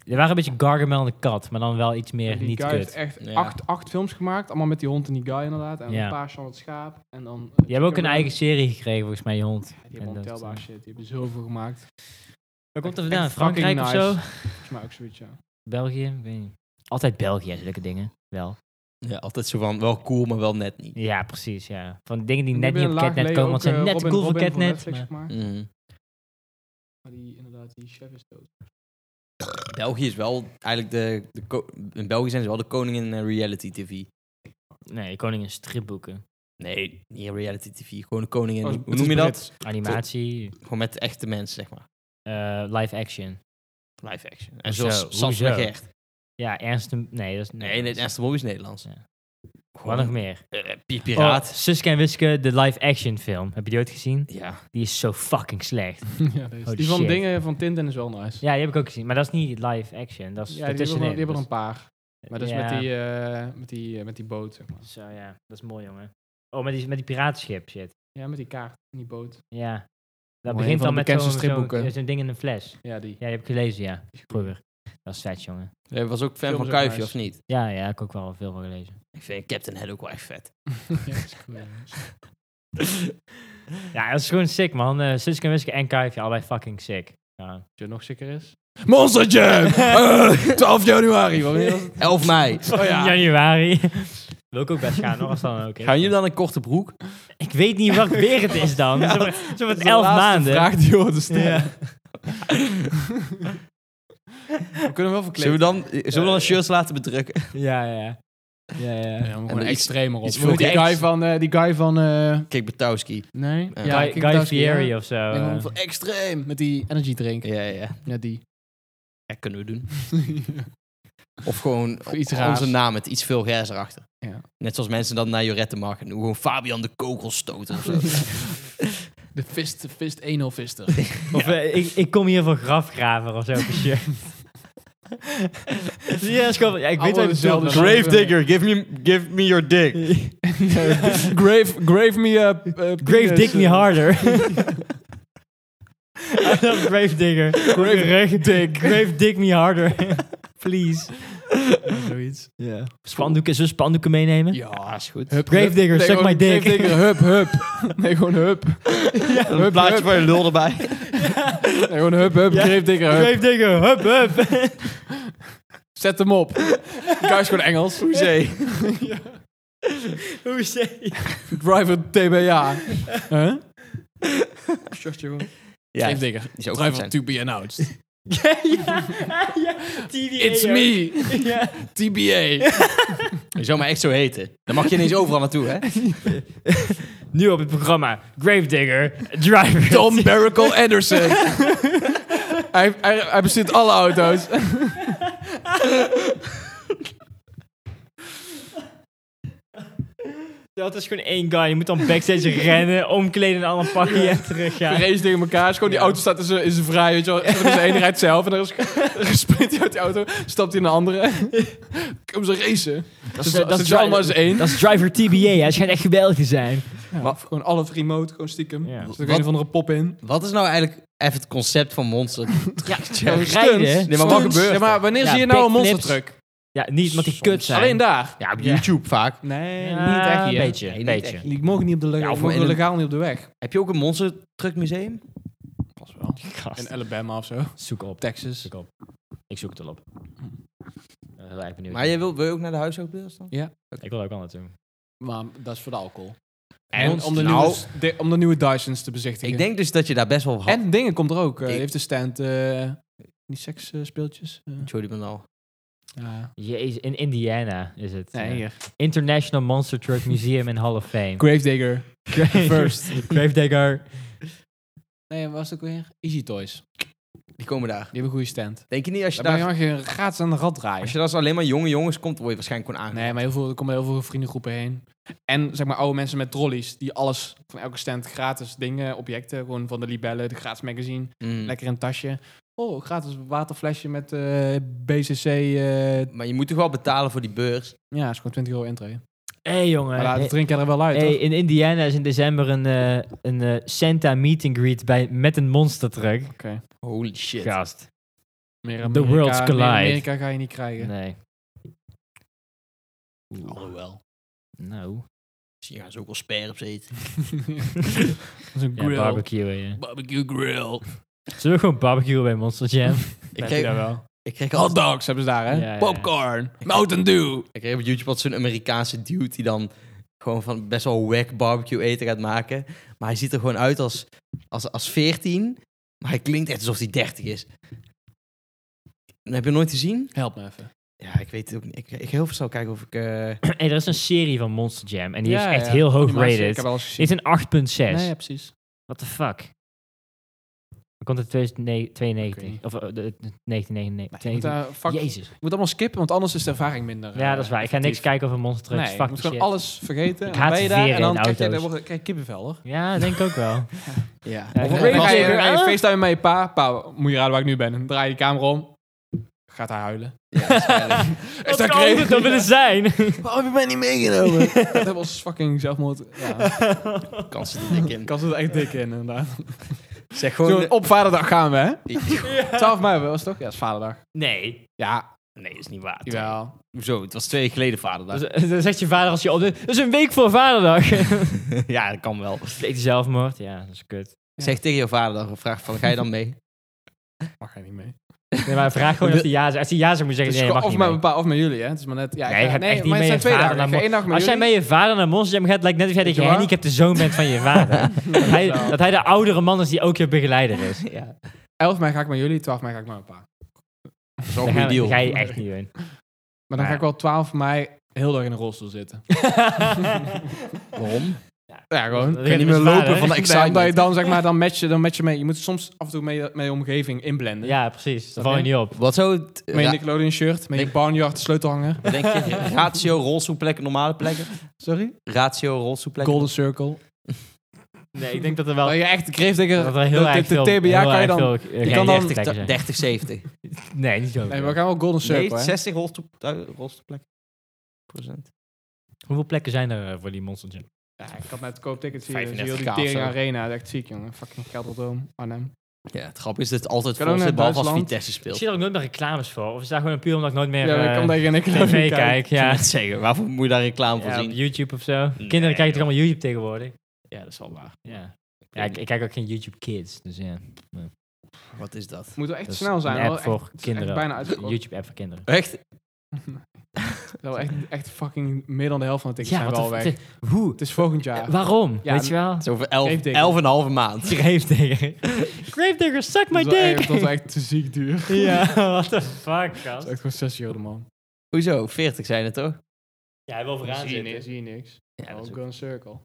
Er waren een beetje Gargamel en de kat, maar dan wel iets meer
En die
niet
guy
kut.
heeft echt
Ja.
acht, acht films gemaakt. Allemaal met die hond en die guy inderdaad. En
Ja.
een paasje van het schaap. En dan...
Die hebben ook een eigen serie gekregen, volgens mij, je hond.
Ja, die
En
hebben
dat,
ontelbaar
eh,
shit. Die hebben zoveel gemaakt.
Waar komt er
Echt-
vandaan?
echt
Frankrijk
fucking
of
nice.
zo?
Volgens mij ook zoiets, ja.
België? Ik weet niet. Altijd België, zulke dingen. Wel.
Ja, altijd zo van, wel cool, maar wel net niet.
Ja, precies, ja. Van dingen die
Die
net niet
hebben
op
een laag
Catnet
geleden
komen, want ze
ook,
zijn
eh,
net te
Robin-
cool voor
Robin
Catnet.
Netflix
maar-
gemaakt.
Mhm.
Maar die, inderdaad, die chef is dood.
België is wel eigenlijk de, de ko- in België zijn ze wel de koning in eh, reality tv.
Nee, koningin stripboeken.
Nee, niet reality tv, gewoon de koning in,
Oh,
hoe
het is
noem je dat?
Brits.
Animatie,
Gewoon met echte mensen, zeg maar.
eh, live action.
Live action. En
Hoezo?
zoals Sans en
Hoezo?
Gert.
Ja, Ernst de... Nee, dat is...
Nee, nee, Ernst de Mol is Nederlands.
Ja.
Gewoon
Wat nog meer?
eh, Pi-
Oh,
Piraat.
Suske en Wiske, de live action film. Heb je die ooit gezien?
Ja.
Die is zo fucking slecht.
ja, deze.
Holy
die van
shit.
dingen van Tintin is wel nice.
Ja, die heb ik ook gezien. Maar dat is niet live action. Dat is
Ja, die hebben, er,
ertussenin.
die hebben er
Dat
een paar. Maar dat is
ja.
met, die, eh, met, die, eh, met die boot, zeg maar.
is- Zo, ja. Dat is mooi, jongen. Oh, met die, met die piratenschip, shit.
Ja, met die kaart en die boot.
Ja. Dat
Mooi,
begint
een van
dan
de
met
bekendste
zo'n
stripboeken.
zo, zo'n ding in een fles.
Ja, die.
Ja, die heb ik gelezen, ja. Vroeger. Dat is vet, jongen.
Jij was ook fan
Film
van
is ook
Kuifje,
nice.
of niet?
Ja, ja, ik heb ook wel veel van gelezen.
Ik vind Captain Head ook wel echt vet.
ja, dat is cool, jongens.
Ja, dat is gewoon sick, man. Uh, Suske en Wiske en Kuifje, allebei fucking sick. Ja.
Weet je wat nog zeker is? Monster Jam! Eh, twaalf januari. Wanneer was het?
elf mei.
Oh ja.
Januari. Wil ik ook best gaan, hoor, als dat dan ook is.
Gaan jullie dan in korte broek?
Ik weet niet wat weer het is dan. Zo met- Zo
Dat
met
is de
elf
laatste
maanden.
vraag die je hoort te stellen.
Ja.
We kunnen wel verkleden.
Zullen we dan, zullen we dan een shirts laten bedrukken?
Ja, ja. Ja, ja.
Ja, maar gewoon
dan iets-
extremer op.
iets
Met die
veel
guy
ex-
van... eh, die guy van eh,
Kijk, Betowski.
nee?
Ja.
Ja,
Guy,
Kik
Guy
Dawski,
Fieri
ja.
of zo.
Nee, gewoon
eh.
van extreem. Met die energy drink.
Ja, ja.
Ja, die.
Ja, kunnen we doen. Of gewoon
Of iets
onze
raars.
naam met iets vulgairs erachter.
Ja.
Net zoals mensen dan naar Jorette mag en doen gewoon Fabian de Kogel stoten of zo.
De fist, de fist anal fister.
Of eh, ik, ik kom hier voor grafgraver of zo op een shirt. Ja, is gewoon, ja, ik weet
Allemaal
wat je bedoelt,
dezelfde
maar-
naam.
Gravedigger, give me, give me your dick.
grave, grave me up. Uh,
Grave
penis.
dig me harder. I love Grave digger. Grave dig. Grave dig me harder. Please.
Ja, zoiets.
Ja. Spandoeken, zullen we spandoeken meenemen?
Ja,
is goed.
Hup,
Grave
hup.
digger,
Nee,
suck
gewoon
my dick.
Grave digger, hup, hup. Nee, gewoon hup.
Een
Hup,
plaatje
hup.
van je lul erbij.
Nee, gewoon hup, hup.
Ja.
Grave digger, hup.
Grave digger, hup, hup.
Zet hem op. Guy is gewoon Engels.
Hoezee.
Hoe zeg
Driver T B A. Huh? Shortje gewoon.
Ja,
Grave digger.
die zou ook goed
Driver
zijn.
to be announced.
ja, ja. T V A.
It's me.
Ja.
T B A.
Je zou maar echt zo heten. Dan mag je ineens overal naartoe, hè?
Nu op het programma Gravedigger, Driver.
Tom Miracle Anderson. hij, hij, hij bezit alle auto's.
Dat is gewoon één guy. Je moet dan backstage rennen, omkleden en allemaal pakken en teruggaan.
Race tegen elkaar. Is gewoon die auto staat in zijn- in zijn vrij. Weet je wel. Dus de ene rijdt zelf. En dan, is, dan sprint hij uit die auto. Stapt hij in de andere. Komen ze racen. Dat is, dat is allemaal eens één.
Dat is Driver T B A. Hij schijnt echt geweldig te zijn.
Ja, of gewoon alle remote. Gewoon stiekem.
Ja.
Er zit ook
Wat-
een of andere pop in.
Wat is nou eigenlijk even het concept van Monster?
Ja,
Ja,
rijden.
stunts.
Nee, maar wat
Stunts.
gebeurt
Ja, maar
er?
wanneer
Ja,
zie je nou een
backflips.
monstertruck?
Ja, niet omdat die kut zijn.
Alleen daar.
Ja, op
Ja.
YouTube vaak.
Nee,
Ja,
niet echt hier.
Een beetje,
Nee,
een
niet
beetje.
echt.
Die mogen niet op de, leg-
Ja, of
mogen
in een-
legaal niet op de weg.
Heb je ook een Monster Truck Museum?
Pas wel.
Gast.
In Alabama of zo.
Zoek op.
Texas.
Zoek op. Ik zoek het wel op. Uh, heel erg benieuwd.
Maar je wil, wil je ook naar de huishoudbeheerders dan?
Ik wil ook wel naartoe.
Maar dat is voor de alcohol.
En
En om de,
nou,
nieuwe, de, om de nieuwe Dysons te bezichtigen.
ik denk dus dat je daar best wel...
En dingen komt er ook. Uh,
Ik-
heeft de stand... Uh, die seksspeeltjes. Uh,
Jody Banal.
ja.
Jezus, in Indiana is het.
Nee,
uh,
hier.
International Monster Truck Museum in Hall of Fame.
Gravedigger. First.
Gravedigger.
Nee, wat was het ook weer? Easy Toys.
Die komen daar.
Die hebben een goede stand.
Denk je niet als je
Daar
daar...
mag je gratis aan de rad draaien.
Als je daar als alleen maar jonge jongens komt, word je waarschijnlijk gewoon aangepakt.
Nee, maar heel veel, er komen heel veel vriendengroepen heen. En zeg maar oude mensen met trolleys. Die alles van elke stand gratis dingen, objecten. Gewoon van de Libelle, de gratis magazine.
Mm.
Lekker in een tasje. Oh, gratis waterflesje met uh, B C C. Uh,
Maar je moet toch wel betalen voor die beurs?
ja, is gewoon twintig euro intree.
Hé hey, jongen.
Maar laat
Hey,
het drinken er wel uit,
hey,
toch?
in Indiana is in december een, uh, een uh, Santa meet and greet bij, met een monster truck.
Oké.
Holy shit.
Gast.
Meer
The
Amerika,
worlds collide.
meer Amerika ga je niet krijgen.
Nee. Oeh.
Alhoewel.
Nou.
Misschien gaan ze ook wel sperps eten.
Zo'n
Ja,
grill.
barbecue, ja.
Barbecue grill.
Zullen we gewoon barbecue bij Monster Jam?
Ik
Heb je dat
kreeg,
wel.
ik kreeg
Hot
altijd...
dogs hebben ze daar, hè?
Ja, ja.
Popcorn. Mountain Dew.
Ik kreeg op YouTube wat zo'n Amerikaanse dude die dan gewoon van best wel wack barbecue eten gaat maken. Maar hij ziet er gewoon uit als, als, als veertien. Maar hij klinkt echt alsof hij dertig is. En heb je nooit gezien?
Help me even.
Ja, ik weet het ook niet. Ik, ik ga heel veel snel kijken of ik... eh,
Hey, er is een serie van Monster Jam. En die
Ja,
is echt
ja.
heel hoog
Animatie,
rated.
Ik heb wel eens
Dit
gezien.
is een acht komma zes.
Nee, ja, precies.
What the fuck? Dan komt het tweeduizend tweeënnegentig.
Oké.
Of uh, de- de- negentien negenennegentig.
Je moet, uh, fuck, je
Jezus.
moet allemaal skippen, want anders is de ervaring minder.
Ja,
uh,
dat is waar. Ik ga niks
effectief.
kijken over Monster Trucks.
Nee, je
Fuck
moet
die
gewoon
shit.
alles vergeten.
Ik
En
haat
dan ben je daar en
veren
dan
in
krijg je,
auto's.
dan word- krijg je kippenvel, hoor.
Ja, denk ik ook wel.
ja.
Ja,
Of-
ik
of-
weet
Dan
of-
ga je,
zeker.
ga je
Ah.
facetime met je pa. Pa, moet je raden waar ik nu ben? Dan draai je de camera om. Gaat hij huilen.
Ja, waarschijnlijk.
Is
Wat kan het dan willen zijn?
Waarom heb je mij niet meegenomen?
Dat was fucking zelfmoord. Ja,
Kans er dik in.
kan ze er echt dik in, inderdaad.
Zeg
Zo,
gewoon...
op vaderdag gaan we, hè? twaalf mei was het toch? Ja, het is vaderdag.
Nee.
Ja,
Nee, is niet waar.
jawel.
Hoezo? Het was twee weken geleden vaderdag.
Dus, dan zegt je vader als je op de... Dat is een week voor vaderdag.
Ja, dat kan wel.
Pleegt hij zelfmoord? Ja, dat is kut.
Zeg tegen je vaderdag een vraag van, ga je dan mee?
Mag hij niet mee.
Nee, maar vraag gewoon of hij ja zegt. Als hij ja zegt, moet je
Het
zeggen,
is
nee, mag
of
niet
met
mee.
mijn pa of met jullie, hè? Het is maar net... Ja,
Nee, je gaat echt niet
maar
mee
het zijn
je
twee
vader
dagen.
naar
Ik ga één dag met
Als jij
jullie.
met je vader naar Monster Jam gaat, lijkt net of jij tegen
Weet je
Henny hebt de zoon bent van je vader. dat, hij, dat hij de oudere man is die ook je begeleider is.
Ja.
elf mei ga ik met jullie, twaalf mei ga ik met mijn pa.
Dat is wel
Daar
een
ga,
goede
daar
deal.
ga je echt niet in.
Maar dan ga ik wel twaalf mei heel dag in een rolstoel zitten.
Waarom?
Ja, gewoon.
Dat
Kun je
gaat
niet meer
met zwaar,
lopen
hè?
van de
Nee,
excitement.
omdat je dan zeg maar, dan match je, dan match je mee. Je moet soms af en toe mee, met je omgeving inblenden.
Ja, precies. Daar
Snap
val je
je?
niet op.
Wat zou het...
Met je
ra-
Nickelodeon shirt, met je
Ik-
barnyard sleutelhanger.
Wat denk je? Ratio, rolstoelplekken, normale plekken?
Sorry?
Ratio, rolstoelplekken?
Golden Circle.
Nee, ik denk dat er wel...
Dat je echt Greefdigger,
dat er heel
de,
erg
de, de
veel...
T B A
heel
kan je
erg
dan...
veel,
je
eh,
kan dan-
geen plekken zijn.
dertig, zeventig.
Nee, niet zo.
Nee, we gaan wel Golden Circle,
Nee,
hè?
zestig rolstoel, uh, rolstoelplekken. Procent.
Hoeveel plekken zijn er eh, voor die Monster Jam?
Ja, ik had net kooptickets hier. Zie je
vijfendertig
die
k of
Tering
zo.
Arena. Dat is echt ziek, jongen. Fucking Gelderdoom, Arnhem.
Ja, het grap is dat het altijd
Kan
vol
ook
zit,
naar
behalve als
Duitsland.
Vitesse
Ik
speelt.
zie er ook nooit meer reclames voor. Of is dat gewoon puur omdat ik nooit meer
Ja,
eh,
ik kan tegen Nickelodeon
tv
kijken.
kijk?
Ja.
Ja.
Het zeggen, waarvoor moet je daar reclame voor
Ja, op
zien?
YouTube of zo.
Nee,
Kinderen kijken toch
joh.
allemaal YouTube tegenwoordig?
Ja, dat is wel waar.
Ja. Ja, ik, ik kijk ook geen YouTube Kids. Dus ja.
Wat is dat?
Moet wel echt
Dat is
snel zijn,
een
hoor.
app
Echt-
voor
het is echt
kinderen.
bijna uitverkocht.
YouTube app voor kinderen.
Echt?
Wel echt, echt fucking meer dan de helft van de tickets
Ja,
zijn
wat
wel
de
weg.
f- Hoe?
Het is volgend jaar.
Eh, Waarom?
Ja,
Weet je wel?
Het is over elf,
Gravedigger.
elf en een halve maand.
Gravedigger. Gravedigger, suck my
dat, is wel
dick!
echt, dat is echt te ziek duur.
Ja, what the fuck,
Dat is
gast.
echt gewoon zes euro de man.
Hoezo? veertig zijn het toch?
Ja, hij wil vooraan
Zie je
zitten.
niks, zie je niks.
Ja,
Ja,
dat is
ook
ook-
wel een circle.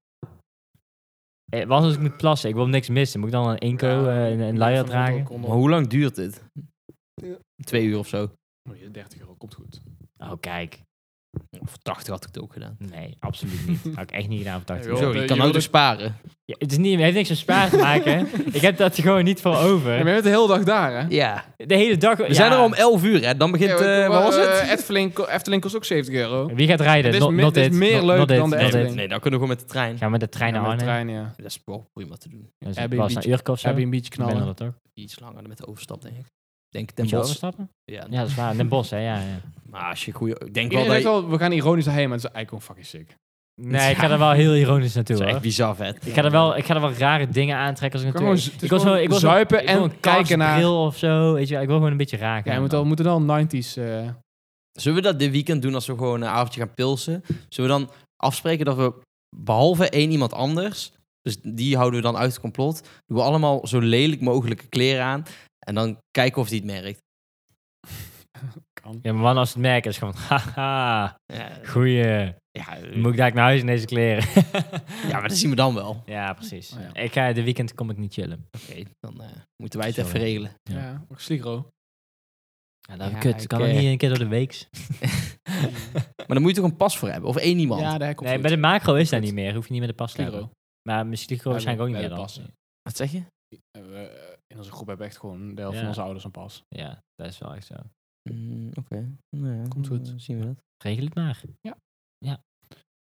Eh, wat als ik moet plassen? Ik wil niks missen. Moet ik dan een Inco
Ja,
eh, een, een
ik
luier
van de
dragen?
honderd
Maar
kon op.
hoe lang duurt dit?
Ja.
Twee uur of zo.
Oh, je dertig euro, komt goed.
Oh, kijk.
Of tachtig had ik het ook gedaan.
Nee, absoluut niet. Had ik echt niet gedaan voor tachtig
Ja,
euro.
Zo,
de-
je kan
je
ook
wilde-
dus sparen.
Ja, het, is niet, het heeft niks met spaar te maken. Ik heb dat er gewoon niet voor over.
Ja, maar je bent de hele dag daar, hè?
Ja.
De hele dag...
We zijn er om elf uur, hè? Dan begint...
Ja,
eh, wat was het?
eh, Efteling, ko- Efteling kost ook zeventig euro.
Wie gaat rijden?
Het is
Not,
me-
not
het is
it.
meer
Not-
leuk
not it.
dan de
Not it.
Efteling.
Nee, dan kunnen we gewoon met de trein.
Gaan we met de trein
Ja,
naar
met de
Arnhem?
trein, ja.
Dat is wel prima te doen.
Ja,
Airbnb
was een uur of zo?
Heb je een beetje
Ik ben
knallen?
er dat ook.
Iets langer met de overstap, denk ik. Denk Den
Moet je
Bosch.
overstappen?
Ja,
Ja, dat is waar. Den Bosch, hè? Ja, ja.
maar als je goede... Ik denk wel
Iedereen
dat
zegt
je...
wel, we gaan ironisch daarheen, maar het is eigenlijk gewoon fucking sick.
Nee, ik ga er wel heel ironisch naartoe,
Dat is
hoor.
echt bizar vet.
Ik ga er wel, ik ga er wel rare dingen aantrekken als ik
Kan
naartoe...
gewoon z- het is
Ik wil zo,
gewoon
ik wil zo-
zuipen
ik wil
en
een
kijken naar-
bril of zo. Weet je, wel. Ik wil gewoon een beetje raken.
Ja, je
aan
moet
dan.
wel, we moeten wel nineties... eh
Zullen we dat dit weekend doen als we gewoon een avondje gaan pilsen? Zullen we dan afspreken dat we, behalve één iemand anders, dus die houden we dan uit het complot, doen we allemaal zo lelijk mogelijke kleren aan en dan kijken of die het merkt.
kan.
Ja, maar man, als ze het merken, is het gewoon... Haha,
Ja,
goeie.
ja,
Moet ik daar naar huis in deze kleren?
ja, maar dat zien we dan wel. Oké,
Ja, precies.
Oh, ja.
Ik ga de weekend kom ik niet chillen.
dan eh, moeten wij het
Sorry.
even regelen.
Ja.
Ja, ook sligro.
Ja, dat
Ja,
kut.
ik,
Kan er
eh,
niet een keer door de week?
Maar dan moet je toch een pas voor hebben? Of één iemand?
Ja, daar komt
Nee,
goed.
bij de macro is dat
Goed.
niet meer. Hoef je niet met de pas te hebben.
Sligro.
Maar mijn sligro waarschijnlijk ook niet meer
Bij de
dan.
passen.
Wat zeg je?
Eh, we- in onze groep hebben we echt gewoon de helft
Ja.
van onze ouders een pas.
Ja, dat is wel echt zo.
Mm, Oké, nou ja,
Komt goed.
dan zien we dat.
Regel het maar.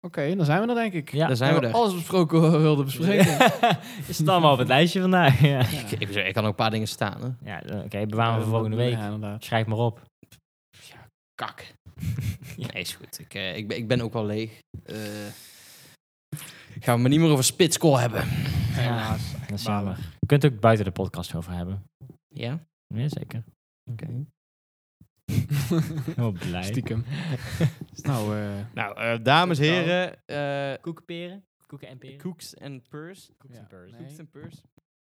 okay, dan zijn we er denk ik.
Ja.
Daar zijn we er.
Alles besproken wat we wilden bespreken.
Is het allemaal op het lijstje vandaag? Ja,
Ja.
Ik, ik, ik kan ook een paar dingen staan, hè.
ja oké, okay, bewaren we voor volgende week.
Ja, inderdaad.
Schrijf maar op.
Kak. Nee, is goed. Ik, uh, ik, ben, ik ben ook wel leeg. Uh, gaan we maar niet meer over Spitskool hebben.
Helaas.
Dat is
balen.
jammer. Je kunt het ook buiten de podcast over hebben.
Ja?
Ja, zeker.
Oké. Okay.
Heel blij.
Stiekem. nou, uh,
Nou, uh, dames en heren. Uh,
Koekenperen? Koeken en peren?
Cooks and Purse.
Koeks en
Ja.
peurs.
Nee.
Cooks and Purse.